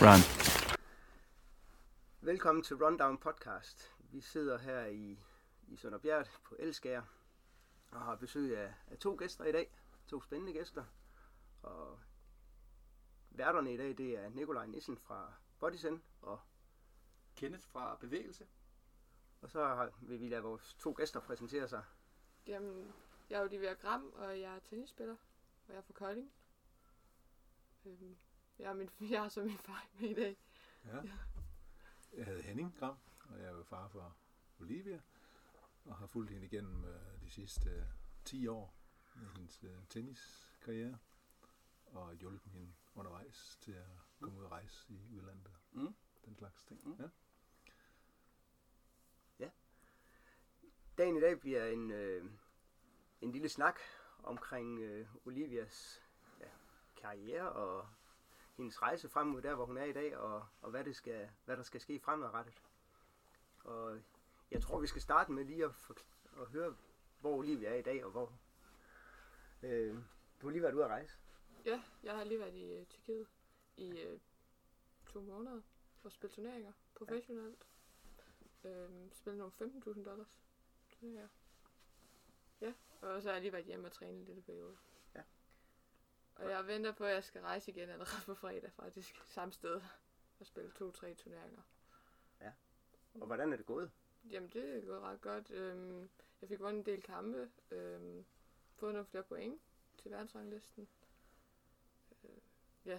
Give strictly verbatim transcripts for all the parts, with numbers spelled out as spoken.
Run. Velkommen til Rundown Podcast. Vi sidder her i, i Sønderbjerg på Elskær og har besøg af, af to gæster i dag. To spændende gæster. Og værterne i dag, det er Nikolaj Nissen fra Bodyzen og Kenneth fra Bevægelse. Og så har, vil vi lade vores to gæster præsentere sig. Jamen, jeg er Olivia Gram, og jeg er tennisspiller, og jeg er fra Kolding. Øhm, jeg, er min, jeg har så min far med i dag. Ja. Jeg hedder Henning Gram, og jeg er jo far for Olivia, og har fulgt hende igennem uh, de sidste uh, ti år med hendes uh, tenniskarriere, og hjulpet hende undervejs til at komme ud og rejse i udlandet og Mm. den slags ting. Mm. Ja. Ja. Dagen i dag bliver en, øh, en lille snak omkring øh, Olivias ja, karriere og hendes rejse frem mod der, hvor hun er i dag, og, og hvad, det skal, hvad der skal ske fremadrettet. Og jeg tror, vi skal starte med lige at, forkl- at høre, hvor Olivia er i dag, og hvor øh, du har lige været ude at rejse. Ja, jeg har lige været i uh, Tyrkiet i uh, to måneder og spillet turneringer professionelt. Ja. Øhm, spillet nogle femten tusind dollars turneringer. Ja, og så har jeg lige været hjemme og træne en lille periode. Ja. Og jeg venter på, at jeg skal rejse igen allerede på fredag faktisk, samme sted, og spille to-tre turneringer. Ja, og hvordan er det gået? Jamen, det er gået ret godt. Øhm, jeg fik vundet en del kampe, øhm, fået nogle flere point til verdensranglisten. Øh, ja.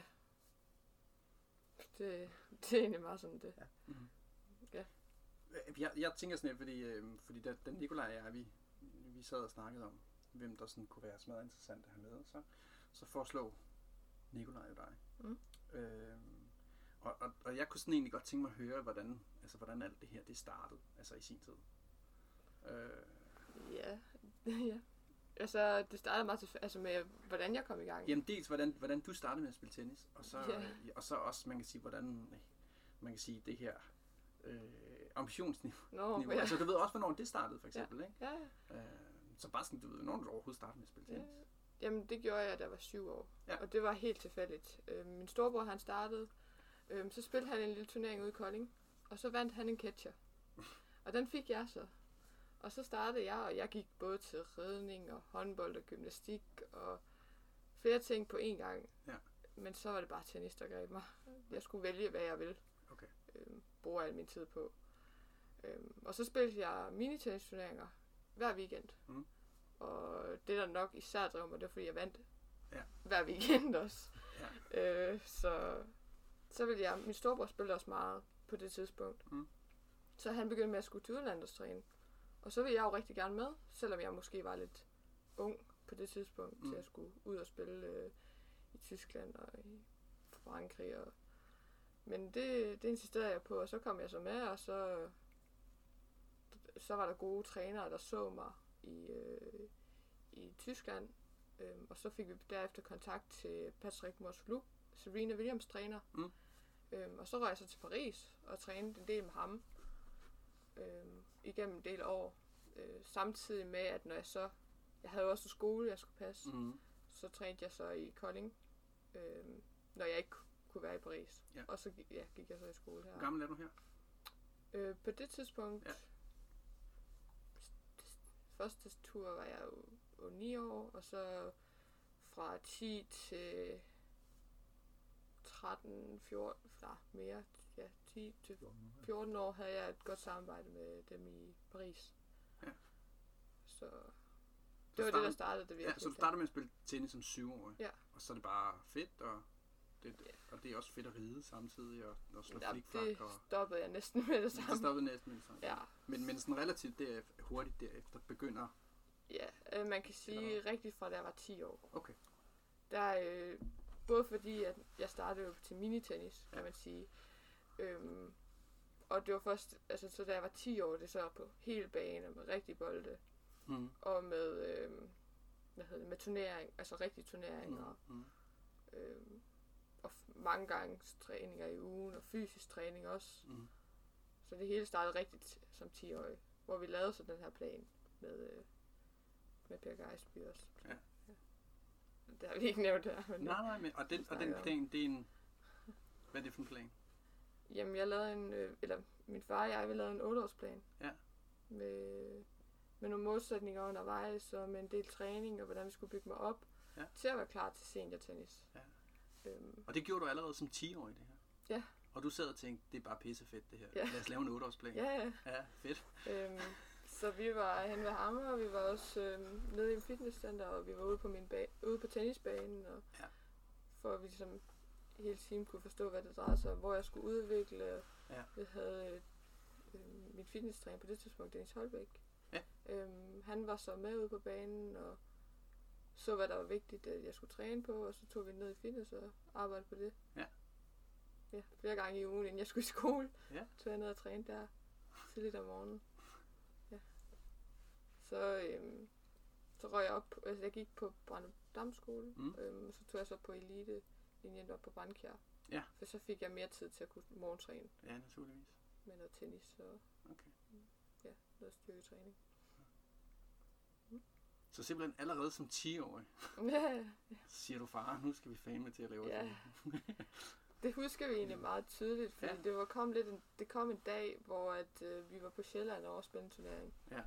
Det, det er egentlig meget sådan det. Ja. Mm-hmm. Ja. Jeg, jeg tænker sådan lidt, fordi, øh, fordi da, da Nikolaj og jeg, vi, vi sad og snakkede om, hvem der sådan kunne være smadret interessant at have med, så, så foreslog Nikolaj jo dig. Mm. Øh, og, og, og jeg kunne sådan egentlig godt tænke mig at høre, hvordan, altså, hvordan alt det her det startede, altså i sin tid. Øh, Ja, ja. Altså, det startede meget til, altså med, hvordan jeg kom i gang. Jamen dels, hvordan, hvordan du startede med at spille tennis, og så, Ja. øh, og så også, man kan sige, hvordan, man kan sige, det her øh, ambitionsniveau. Nå, Niveau. ja. Altså, du ved også, hvornår det startede, for eksempel, ikke? Ja, ja. Øh, så bare sådan, du ved, hvornår du overhovedet startede med at spille tennis. Ja. Jamen, det gjorde jeg, da jeg var syv år. Ja. Og det var helt tilfældigt. Øh, min storebror, han startede. Øh, så spillede han en lille turnering ude i Kolding. Og så vandt han en catcher. Og den fik jeg så. Og så startede jeg, og jeg gik både til ridning og håndbold og gymnastik og flere ting på én gang. Ja. Men så var det bare tennis, der greb mig. Jeg skulle vælge, hvad jeg ville. Okay. Øhm, bruge al min tid på. Øhm, og så spillede jeg minitennisturneringer hver weekend. Mm. Og det der nok især drev mig, det var fordi jeg vandt Ja. hver weekend også. Ja. Øh, så så ville jeg, min storebror spillede også meget på det tidspunkt. Mm. Så han begyndte med at skulle til udlandstræne. Og så ville jeg jo rigtig gerne med, selvom jeg måske var lidt ung på det tidspunkt, Mm. til at skulle ud og spille øh, i Tyskland og i Frankrig. Og men det, det insisterede jeg på, og så kom jeg så med, og så, så var der gode trænere, der så mig i, øh, i Tyskland. Øhm, og så fik vi derefter kontakt til Patrick Morslup, Serena Williams træner. Mm. Øhm, og så røg jeg så til Paris og trænede en del med ham øhm, igennem en del år. Øh, samtidig med, at når jeg så, jeg havde jo også skole, jeg skulle passe, Mm. så trænede jeg så i Kolding, øhm, når jeg ikke kunne være i Paris. Ja. Og så ja, gik jeg så i skole her. Hvor gammel er du her? Øh, på det tidspunkt, Ja. første tur var jeg jo, jo ni år, og så fra ti til tretten, fjorten, nej, mere, ja, ti til fjorten år havde jeg et godt samarbejde med dem i Paris. Ja. Så det Så var det, startede- der startede det Ja, virkelig. så du startede med at spille tennis som syvårig. Ja. Og så er det bare fedt, og det, Ja. og det er også fedt at ride samtidig, og, og slå Ja, flikflak. det Og stoppede jeg næsten med det det samme. stoppede næsten med det samme. Ja, Men, men sådan relativt derefter, hurtigt derefter begynder... ja øh, man kan sige Eller rigtig fra da jeg var ti år. Okay. Der øh, både fordi, at jeg startede jo til minitennis, kan Ja. man sige. Øhm, og det var først, altså så da jeg var ti år, det så var på hele banen med rigtig bolde. Mm. Og med, øhm, hvad hedder det, med turnering, altså rigtige turneringer. Mm. Mm. Øhm, og f- mange gange træninger i ugen, og fysisk træning også. Mm. Så det hele startede rigtigt som ti-årig, hvor vi lavede så den her plan med, øh, med Per Geisby også. Ja. Det har vi ikke nævnt her. Men Nej, nej, men, og den, og den snakker om. plan, det er en... Hvad er det for en plan? Jamen, jeg lavede en, øh, eller min far og jeg, vi lavede en otteårsplan. Ja. Med, med nogle målsætninger undervejs, og med en del træning, og hvordan vi skulle bygge mig op, ja. til at være klar til seniortennis. Ja. Øhm. Og det gjorde du allerede som ti-årig, det her? Ja. Og du sad og tænkte, det er bare pissefedt det her. Ja. Lad os lave en otteårsplan. Ja, ja. Ja, fedt. Øhm, så vi var hen ved Hammer, og vi var også øhm, nede i en fitnesscenter, og vi var ude på, min ba- ude på tennisbanen, og ja. for at vi ligesom hele tiden kunne forstå, hvad det drejede sig om, hvor jeg skulle udvikle. Ja. Jeg havde øh, min fitnesstræner på det tidspunkt, Dennis Holbæk. Ja. Øhm, han var så med ude på banen, og så hvad der var vigtigt, at jeg skulle træne på, og så tog vi ned i fitness og arbejdede på det. Ja. Ja, flere gange i ugen, inden jeg skulle i skole, ja. tog jeg ned og træne der tidligt om morgenen. Ja. Så, øhm, så røg jeg op, altså jeg gik på Brandum Damskole, mm. øhm, så tog jeg så på elite-linjen op på Brandkjær. Ja. For så fik jeg mere tid til at kunne morgentræne. Ja, naturligvis. Med noget tennis og okay. ja, noget styrketræning. Mm. Så simpelthen allerede som ti-årig, ja. siger du, far, nu skal vi fandme til at lave ja. det. Det husker vi egentlig meget tydeligt, fordi ja. det var kom lidt en, det kom en dag, hvor at, øh, vi var på Sjælland og spille en turnering. Ja.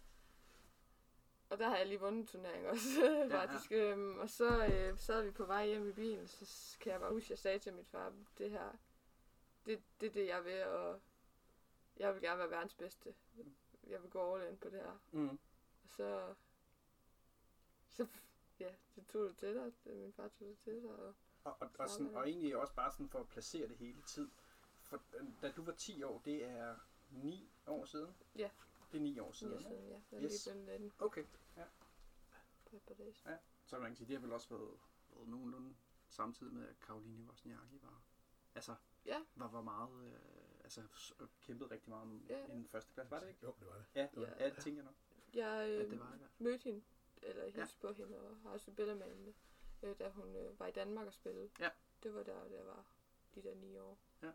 Og der har jeg lige vundet en turnering også, faktisk. Ja, ja. Øhm, og så øh, sad vi på vej hjem i bilen, så kan jeg bare huske, at jeg sagde til mit far, det her, det, det er det, jeg vil, og jeg vil gerne være verdens bedste. Jeg vil gå all in på det her. Mm. Og så, så, ja, det tog det til dig, min far tog det til sig. Og, og, og, og, sådan, og egentlig også bare sådan for at placere det hele tid. For da du var ti år, det er ni år siden? Ja. Det er ni år siden, ni år siden, ja. Jeg er yes. lige blevet atten. Okay, ja. På et par dage. Ja, så man kan sige, det har vel også været, været nogenlunde samtidig med, at Karoline Wozniacki var, altså, ja. var, var meget, øh, altså, kæmpede rigtig meget om ja. en førsteplads, var det ikke? Jo, det var det. Ja, ja. ja, det tænker jeg nok. Jeg øh, ja, det var det. mødte hende, eller hilste ja. på hende, og har også billeder med hende, øh, da hun øh, var i Danmark og spillede. Ja. Det var der, der var de der ni år. Ja.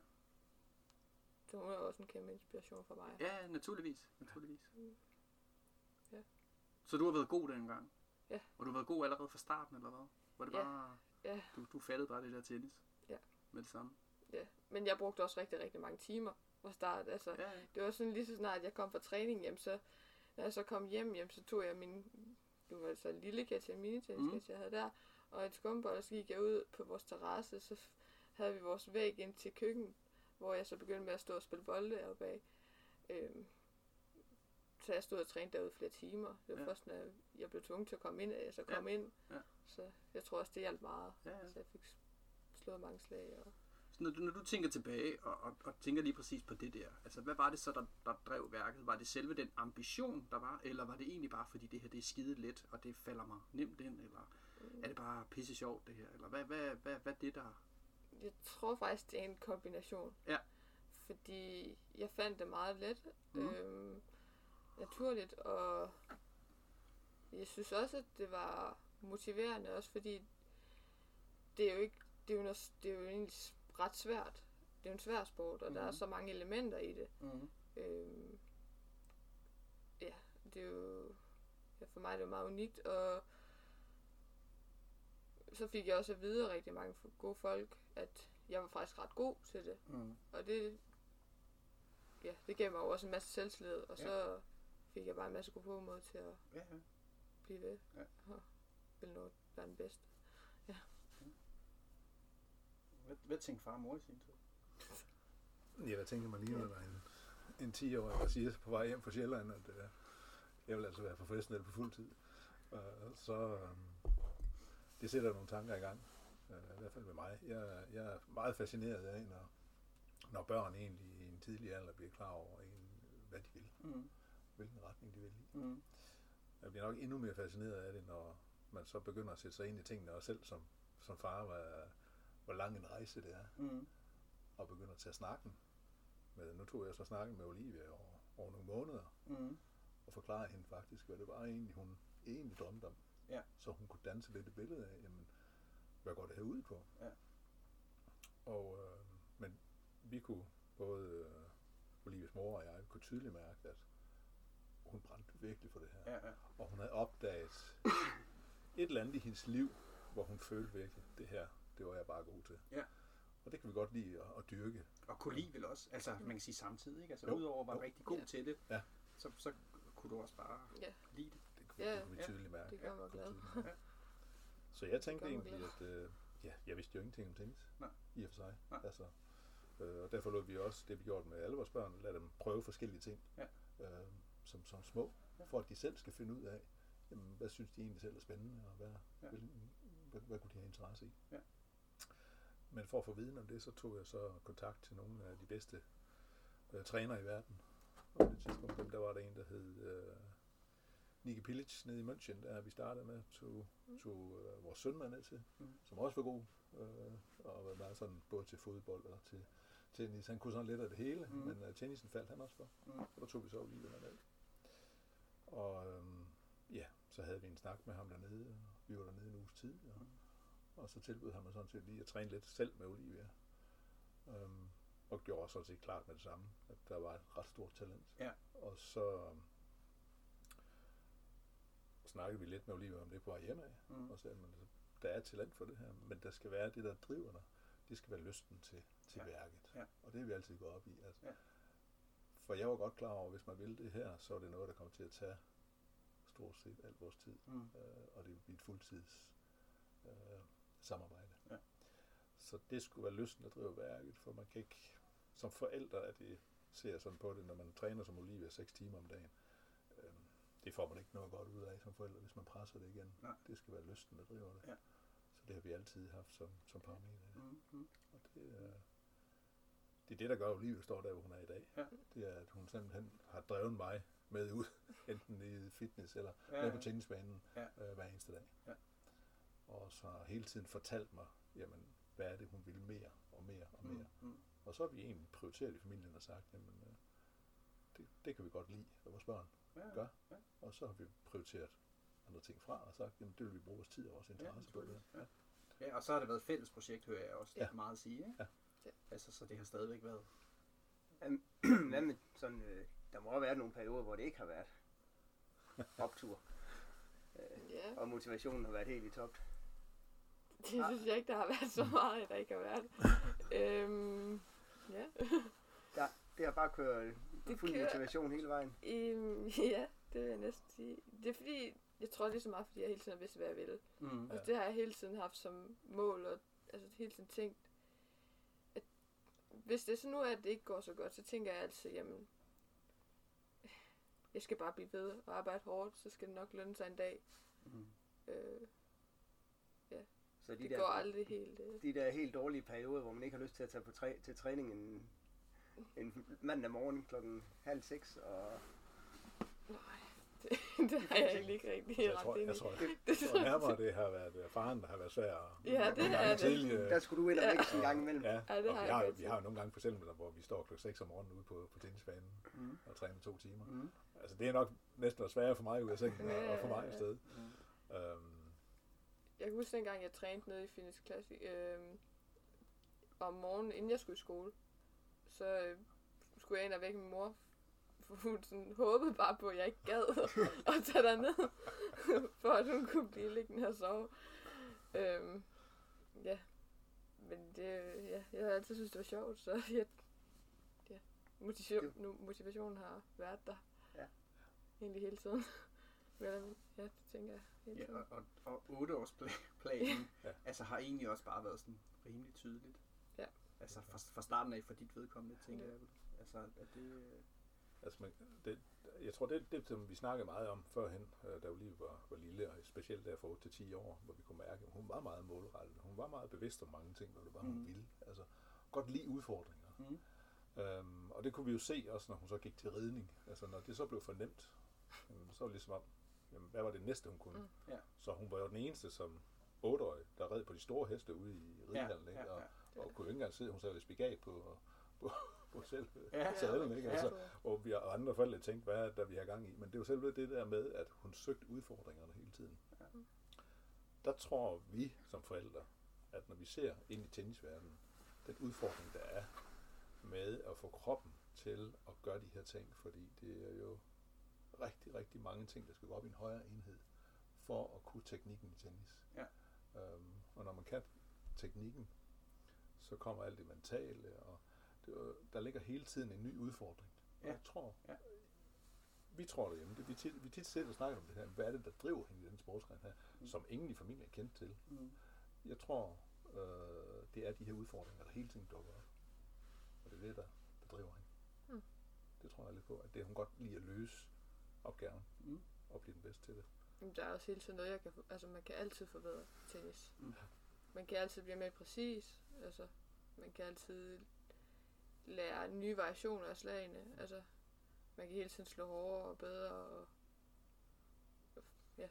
Så hun er også en kæmpe inspiration for mig. Ja, naturligvis. naturligvis. Mm. Ja. Så du har været god dengang? Ja. Og du har været god allerede fra starten, eller hvad? Var det ja. bare... Ja. Du, du fattede bare det der tennis? Ja. Med det samme? Ja, men jeg brugte også rigtig, rigtig mange timer fra start. Altså, ja, ja. Det var sådan lige så snart, jeg kom fra træning hjem, så når jeg så kom hjem, hjem så tog jeg min... Det var altså en lille kasse, en minitenniskasse, mm. jeg havde der, og et skumbold, og så gik jeg ud på vores terrasse, så havde vi vores væg ind til køkkenet, hvor jeg så begyndte med at stå og spille bolde deroppe bag. Øhm, så jeg stod og trænede derude flere timer. Det var ja. først, når jeg blev tvunget til at komme ind, at jeg så kom ja. ind. Ja. Så jeg tror også, det hjalp meget. Ja, ja. Så jeg fik slået mange slag. Og... Så når du, når du tænker tilbage, og, og, og tænker lige præcis på det der, altså hvad var det så, der, der drev værket? Var det selve den ambition, der var, eller var det egentlig bare, fordi det her det er skide let, og det falder mig nemt ind, eller mm. er det bare pisse sjovt det her? Eller hvad, hvad, hvad, hvad er det, der... Jeg tror faktisk, det er en kombination. Ja. Fordi jeg fandt det meget let, mm. øhm, naturligt, og jeg synes også, at det var motiverende, også fordi det er jo ikke, det er jo, noget, det er jo egentlig ret svært. Det er jo en svær sport, og mm. der er så mange elementer i det. Mm. Øhm, ja, det er jo, ja, for mig er det jo meget unikt, og så fik jeg også at vide rigtig mange gode folk, at jeg var faktisk ret god til det. Mm. Og det, ja, det gav mig jo også en masse selvtillid, og ja. så fik jeg bare en masse gode på mod til at ja, ja. blive ved. Ja. Og ville nå være den bedste. Ja. Mm. Hvad, hvad tænkte far og mor i sin tid? Ja, hvad tænker man lige, når der er en, en ti-årig, der siger på vej hjem fra Sjælland, at uh, jeg vil altså være professionel på fuld tid. Uh, så um, det sætter nogle tanker i gang. Uh, I hvert fald med mig. Jeg, jeg er meget fascineret af, når, når børn egentlig i en tidlig alder bliver klar over, hvad de vil. Mm. Hvilken retning de vil i. Mm. Jeg bliver nok endnu mere fascineret af det, når man så begynder at sætte sig ind i tingene, og selv som, som far, hvor, hvor lang en rejse det er, mm. og begynder at tage snakken. Men nu tog jeg så snakken med Olivia over, over nogle måneder, mm. og forklarede hende faktisk, hvad det var egentlig, hun egentlig drømte om. Ja. Så hun kunne danse lidt et billede af, jamen, hvad går det her ud på? Ja. Og, øh, men vi kunne, både øh, Olivias mor og jeg, kunne tydeligt mærke, at hun brændte virkelig for det her. Ja, ja. Og hun havde opdaget et eller andet i hendes liv, hvor hun følte virkelig, det her, det var jeg bare god til. Ja. og det kan vi godt lide at, at dyrke. Og kunne lide vel også, altså man kan sige samtidig, ikke? Altså Jo. udover at være Jo. rigtig god Ja. til det, Ja. så, så kunne du også bare Ja, lide det. Det kunne, Ja, det kunne vi ja. tydeligt mærke. det gør mig glad. Ja. Så jeg tænkte gør mig egentlig, at øh, ja, jeg vidste jo ingenting om tennis, Nej. i og for sig. Nej. Altså, øh, og derfor lod vi også, det vi gjorde med alle vores børn, lade dem prøve forskellige ting, Ja. øh, som, som små, Ja. for at de selv skal finde ud af, jamen, hvad synes de egentlig selv er spændende, og hvad, Ja. hvad, hvad, hvad kunne de have interesse i. Ja. Men for at få viden om det, så tog jeg så kontakt til nogle af de bedste øh, trænere i verden. Og på det tidspunkt, dem, der var der en, der hed øh, Niki Pilic nede i München, der vi startede med, tog, tog øh, vores søn med ned til, Mm. som også var god, øh, og var meget sådan både til fodbold og til tennis. Han kunne sådan lidt af det hele, Mm. men øh, tennisen faldt han også for. Mm. Og der tog vi så Olivia med ned. Og øhm, ja, så havde vi en snak med ham dernede, og vi var dernede en uges tid, og, Mm. og så tilbød han mig sådan set lige at træne lidt selv med Olivia. Øhm, og gjorde sådan set klart med det samme, at der var et ret stort talent. Ja. Og så øhm, snakkede vi lidt med Olivia om det på vej hjemme af, Mm. og sagde, at der er et talent for det her, men der skal være det, der driver dig. Det skal være lysten til, til Ja. værket. Ja. Og det er vi altid gået op i. At, Ja. For jeg var godt klar over, at hvis man ville det her, så er det noget, der kommer til at tage stort set al vores tid. Mm. Øh, og det vil blive et fuldtids øh, samarbejde. Ja. Så det skulle være lysten, der driver værket, for man kan ikke, som forældre, at det ser sådan på det, når man træner som Olivia seks timer om dagen. Øh, det får man ikke noget godt ud af som forældre, hvis man presser det igen. Nej. Det skal være lysten, der driver det. Ja. Så det har vi altid haft som, som parameter. Mm. Mm. Og det er, det er det, der gør, at Olivia står der, hvor hun er i dag. Ja. Det er, at hun simpelthen har drevet mig med ud, enten i fitness eller Ja, med på ja. tennisbanen Ja. øh, hver eneste dag. Ja. Og så har hele tiden fortalt mig, jamen, hvad er det, hun vil mere og mere og mere. Mm. Mm. Og så har vi egentlig prioriteret i familien og sagt, jamen, øh, det, det kan vi godt lide, hvad vores børn Ja. gør. Ja. Og så har vi prioriteret andre ting fra og sagt, jamen, det vil vi bruge vores tid og vores interesse på. Det. naturligvis. Ja. Ja, og så har det været et fælles projekt, hører jeg også Ja. meget at sige. Ikke? Ja. Ja. Altså, så det har stadigvæk været. Hvad med sådan, øh, der må også være nogle perioder, hvor det ikke har været optur, øh, Ja, og motivationen har været helt i top. det synes jeg ikke, der har været så meget, der ikke har været. øhm, ja. Der, det har bare kørt Det fuld kører- motivation hele vejen. Øhm, ja, det vil jeg næsten sige. Det er fordi, jeg tror det er så meget, fordi jeg hele tiden har vidst, hvad jeg vil. Mm. Og det har jeg hele tiden haft som mål, og altså hele tiden tænkt, at hvis det så nu er, at det ikke går så godt, så tænker jeg altid, jamen, jeg skal bare blive ved og arbejde hårdt, så skal det nok lønne sig en dag. Mm. Øh, Så de det der, går aldrig helt. Øh. de der helt dårlige perioder, hvor man ikke har lyst til at tage på træ, til træning en, en mandag morgen klokken halv seks, og Nej, det, det har jeg egentlig ikke rigtig Jeg tror, ret ind jeg i. tror, Det jeg tror tror jeg nærmere, det har været faren, der har været svær. at- Ja, det nogle er gange det. til, øh, der skulle du ind og Ja. vækkes en gang imellem. Ja, Ja, og det vi har jeg har, godt vi har jo nogle gange for eksempel, hvor vi står klokken seks om morgenen ude på, på tennisbanen Mm. og træner to timer. Mm. Altså det er nok næsten sværere for mig ud af sengen Ja, og, og for mig ja, i ja. stedet. Mm. Øhm, Jeg kan huske dengang, jeg trænede nede i Finnish Classic, øh, om morgenen, inden jeg skulle i skole, så øh, skulle jeg ind og vække min mor, for hun sådan håbede bare på, at jeg ikke gad at tage derned, for at hun kunne blive liggende og sove. Øhm, ja, men det, ja, jeg har altid synes det var sjovt, så jeg, ja, motivation, nu, motivationen har været der. Ja. Egentlig hele tiden. Vel, ja, det tænker jeg hele Ja, tiden. og, og, og otteårsplanen Ja. altså, har egentlig også bare været sådan rimelig tydeligt. Ja. Altså fra, fra starten af for dit vedkommende, tænker Ja. jeg vel. Altså, at det... altså man, det, jeg tror, det, det som vi snakkede meget om førhen, øh, da Olivia var, var lille, og specielt der for otte til ti år, hvor vi kunne mærke, at hun var meget målrettet. Hun var meget bevidst om mange ting, hvad det var, hun Mhm. ville. Altså godt lide udfordringer. Mm. Øhm, og det kunne vi jo se også, når hun så gik til ridning. Altså når det så blev for nemt, jamen, så var det ligesom om, jamen, hvad var det næste, hun kunne? Mm. Ja. Så hun var jo den eneste som otteårig, der red på de store heste ude i ridehallen, ikke? ja, Og, ja. og kunne jo ikke engang sidde, hun sad jo i spigat på, på, på selv Ja. sadlen, ikke? Ja. Altså, og vi og andre forældre tænkte, hvad er det, der vi har gang i? Men det var selv det der med, at hun søgte udfordringerne hele tiden. Ja. Der tror vi som forældre, at når vi ser ind i tennisverdenen, den udfordring, der er med at få kroppen til at gøre de her ting, fordi det er jo rigtig, rigtig mange ting, der skal gå op i en højere enhed, for at kunne teknikken i tennis. Ja. Øhm, og når man kan teknikken, så kommer alt det mentale, og det, der ligger hele tiden en ny udfordring. Ja. Og jeg tror, Ja. vi tror derhjemme, det, vi, tit, vi tit selv snakker om det her, hvad er det, der driver hende i den sportsgren her, mm. som ingen i familien er kendt til. Mm. Jeg tror, øh, det er de her udfordringer, der hele tiden dukker op. Og det er det, der, der driver hende. Mm. Det tror jeg lidt på, at det hun godt lide at løse opgaven, Mm. og blive den bedste til det. Der er også hele tiden noget, jeg kan, altså man kan altid forbedre tennis. Mm. Man kan altid blive mere præcis, altså man kan altid lære nye variationer af slagene, altså man kan hele tiden slå hårdere og bedre, og ja.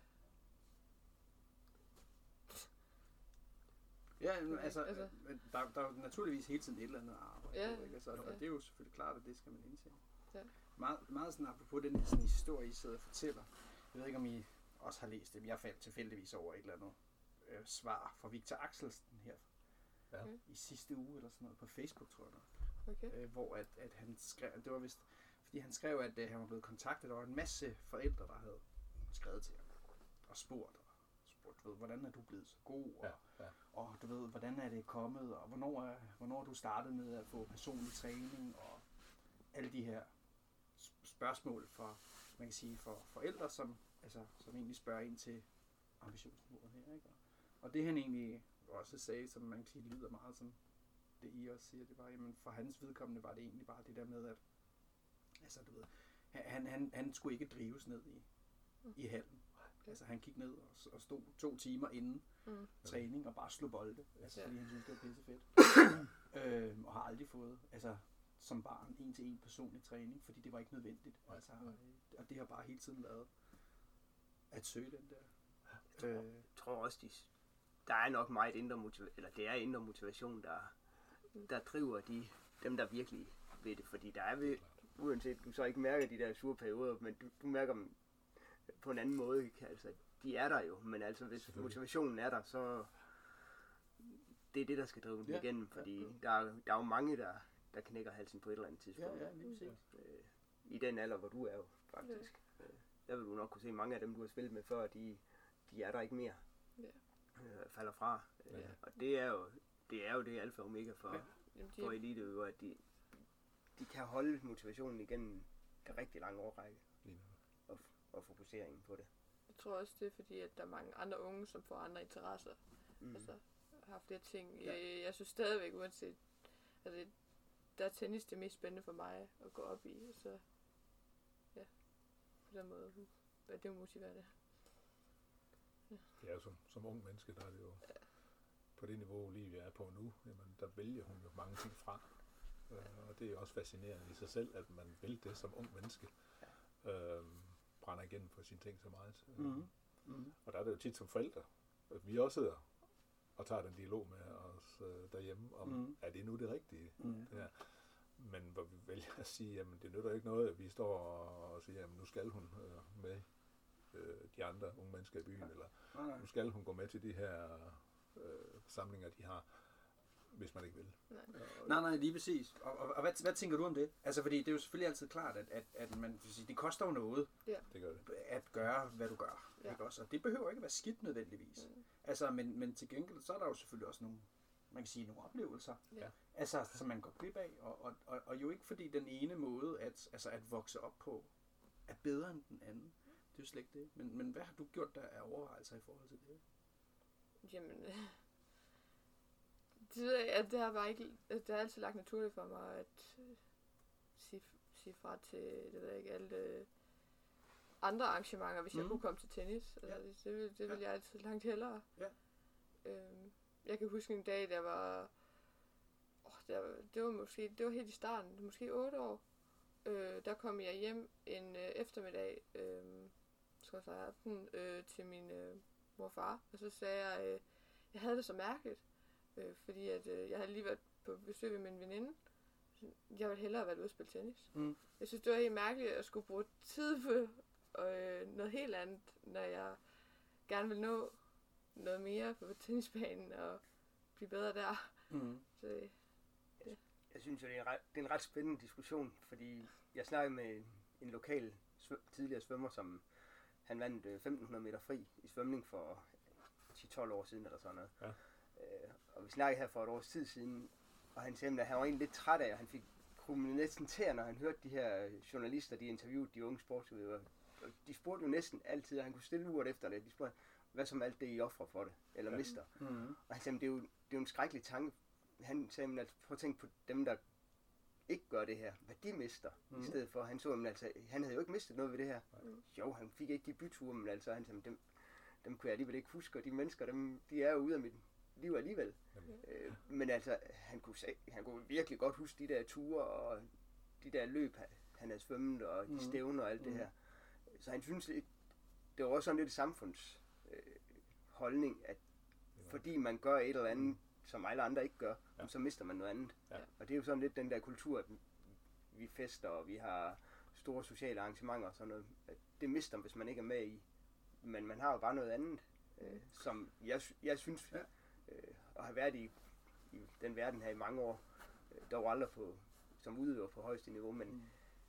Ja, men altså, Altså- altså der, der er jo naturligvis hele tiden et eller andet at arbejde Ja, på, ikke? Altså, og ja. det er jo selvfølgelig klart, at det skal man indse. Ja. Meget, meget sådan apropos den sådan historie, I sidder og fortæller. Jeg ved ikke, om I også har læst det, men jeg faldt tilfældigvis over et eller andet øh, svar fra Victor Axelsen her Ja. Okay. i sidste uge, eller sådan noget, på Facebook, tror jeg nok. Okay. Øh, hvor at, at han skrev, det var vist, fordi han skrev, at øh, han var blevet kontaktet, der var en masse forældre, der havde skrevet til ham og spurgt, og spurgt, du ved, hvordan er du blevet så god, og, Ja, ja. og du ved, hvordan er det kommet, og hvornår er, hvornår er du startet med at få personlig træning, og alle de her sp- spørgsmål for, man kan sige, for forældre, som, altså, som egentlig spørger ind til ambitionsniveauet her, ikke? Og det han egentlig også sagde, som man kan sige, lyder meget som det I også siger, det var, jamen for hans vedkommende var det egentlig bare det der med, at altså du ved, han, han, han skulle ikke drives ned i, i hallen. Altså han gik ned og, og stod to timer inden Mm. træning og bare slog bolde, altså Ja. fordi han synes det var pisse fedt. øhm, og har aldrig fået, altså som barn, en til en personlig træning, fordi det var ikke nødvendigt. Altså, øh, og det har bare hele tiden været at søge den der. Jeg Øh, tror også, de, der er nok meget indre motivation, eller det er indre motivation, der, der driver de, dem, der virkelig ved det. Fordi der er ved, uanset du så ikke mærker de der sure perioder, men du, du mærker dem på en anden måde. Ikke? Altså, de er der jo, men altså hvis Selvfølgelig. motivationen er der, så det er det, der skal drive dem Ja, igennem. Fordi ja. der, er- der er jo mange, der, der knækker halsen på et eller andet tidspunkt. ja, ja, lige præcis. Øh, I den alder, hvor du er jo, faktisk. Øh, Der vil du nok kunne se, mange af dem, du har spillet med før, de, de er der ikke mere. Ja. Øh, falder fra. Øh, Ja. Og det er jo det, er jo det alfa og omega for, Ja. Jamen, for de, eliteøvere, at de, de kan holde motivationen igennem en rigtig lang årrække Lige nu. og, og fokuseringen på det. jeg tror også, det er fordi, at der er mange andre unge, som får andre interesser. Mm. Altså, har flere ting. Ja. Jeg, jeg synes stadigvæk, uanset, altså, der er tennis det mest spændende for mig at gå op i, så ja, på den måde er det jo motiverende. Ja, som, som ung menneske, der er det jo på det niveau, Olivia er på nu, jamen, der vælger hun jo mange ting fra. Øh, og det er jo også fascinerende i sig selv, at man vil det som ung menneske. Øh, brænder igennem for sine ting så meget. Mhm. Mhm. Og der er det jo tit som forældre, at vi også sidder og tager den dialog med os øh, derhjemme, om Mhm. er det nu det rigtige? Mhm. Det her. Men hvor vi vælger at sige, jamen det nytter ikke noget, at vi står og, og siger, jamen nu skal hun øh, med øh, de andre unge mennesker i byen, ja. eller Nej, nej. nu skal hun gå med til de her øh, samlinger, de har, hvis man ikke vil. Nej. Og, Nej, nej, lige præcis. Og, og, og hvad, hvad tænker du om det? Altså, fordi det er jo selvfølgelig altid klart, at, at, at man, vil sige, det koster jo noget det gør det. at gøre, hvad du gør. Ja. Ikke også? Og det behøver ikke at være skidt nødvendigvis. Mm. Altså, men, men til gengæld, så er der jo selvfølgelig også nogle, man kan sige, nogle oplevelser, Ja. altså, som man går glip af. Og, og, og, og jo ikke fordi den ene måde at, altså, at vokse op på er bedre end den anden. Det er jo slet ikke det. Men, men hvad har du gjort der af overvejelser i forhold til det? Jamen, det ved jeg, at det har bare ikke, det har altid lagt naturligt for mig at øh, sige, sige fra til, det ved jeg ikke, alle øh, andre arrangementer, hvis mm. jeg Mhm. kunne komme til tennis. Altså, Ja. det, det, vil, det vil jeg altid langt hellere. Ja. Øhm, jeg kan huske en dag, der var, åh, der, var- det var måske, det var helt i starten, måske otte år. Øh, der kom jeg hjem en øh, eftermiddag, øh, skal jeg sige aften, øh, til min øh, mor og far, og så sagde jeg, øh, jeg havde det så mærkeligt, øh, fordi at, øh, jeg havde lige været på besøg ved min veninde. Jeg ville hellere have været ude og spille tennis. Mm. Jeg synes, det var helt mærkeligt at skulle bruge tid på øh, noget helt andet, når jeg gerne vil nå noget mere på tennisbanen og blive bedre der. Mm. Så, øh, Jeg synes jo, det er, en ret, det er en ret spændende diskussion, fordi jeg snakkede med en lokal svøm, tidligere svømmer, som han vandt øh, femten hundrede meter fri i svømning for ti tolv år siden eller sådan noget. Ja. Øh, og vi snakkede her for et års tid siden, og han sagde, at han var egentlig lidt træt af, og han fik krummet næsten tæer, når han hørte de her journalister, de interviewede de unge sportsudøvere. De spurgte jo næsten altid, og han kunne stille uret efter det. De spurgte, hvad som alt det, I offrer for det, eller ja. mister. Mm-hmm. Og han sagde, det er, jo, det er jo en skrækkelig tanke. Han sagde, at prøv at tænke på dem, der ikke gør det her, hvad de mister, mm. i stedet for. Han så, at altså, han havde jo ikke mistet noget ved det her. Mm. Jo, han fik ikke de byture, men altså, han sagde, dem, dem kunne jeg alligevel ikke huske, og de mennesker, dem, de er jo ude af mit liv alligevel. Mm. Øh, men altså, han kunne, han kunne virkelig godt huske de der ture, og de der løb, han havde svømmet, og de mm. stævner og alt mm. det her. Så han synes, det var også sådan lidt samfunds øh, holdning, at fordi man gør et eller andet, mm. som alle andre ikke gør, ja. så mister man noget andet. Ja. Og det er jo sådan lidt den der kultur, at vi fester, og vi har store sociale arrangementer og sådan noget. Det mister man, hvis man ikke er med i. Men man har jo bare noget andet, øh, som jeg, jeg synes, ja. øh, at have været i, i den verden her i mange år, øh, dog aldrig på, som udøver på højeste niveau, men mm.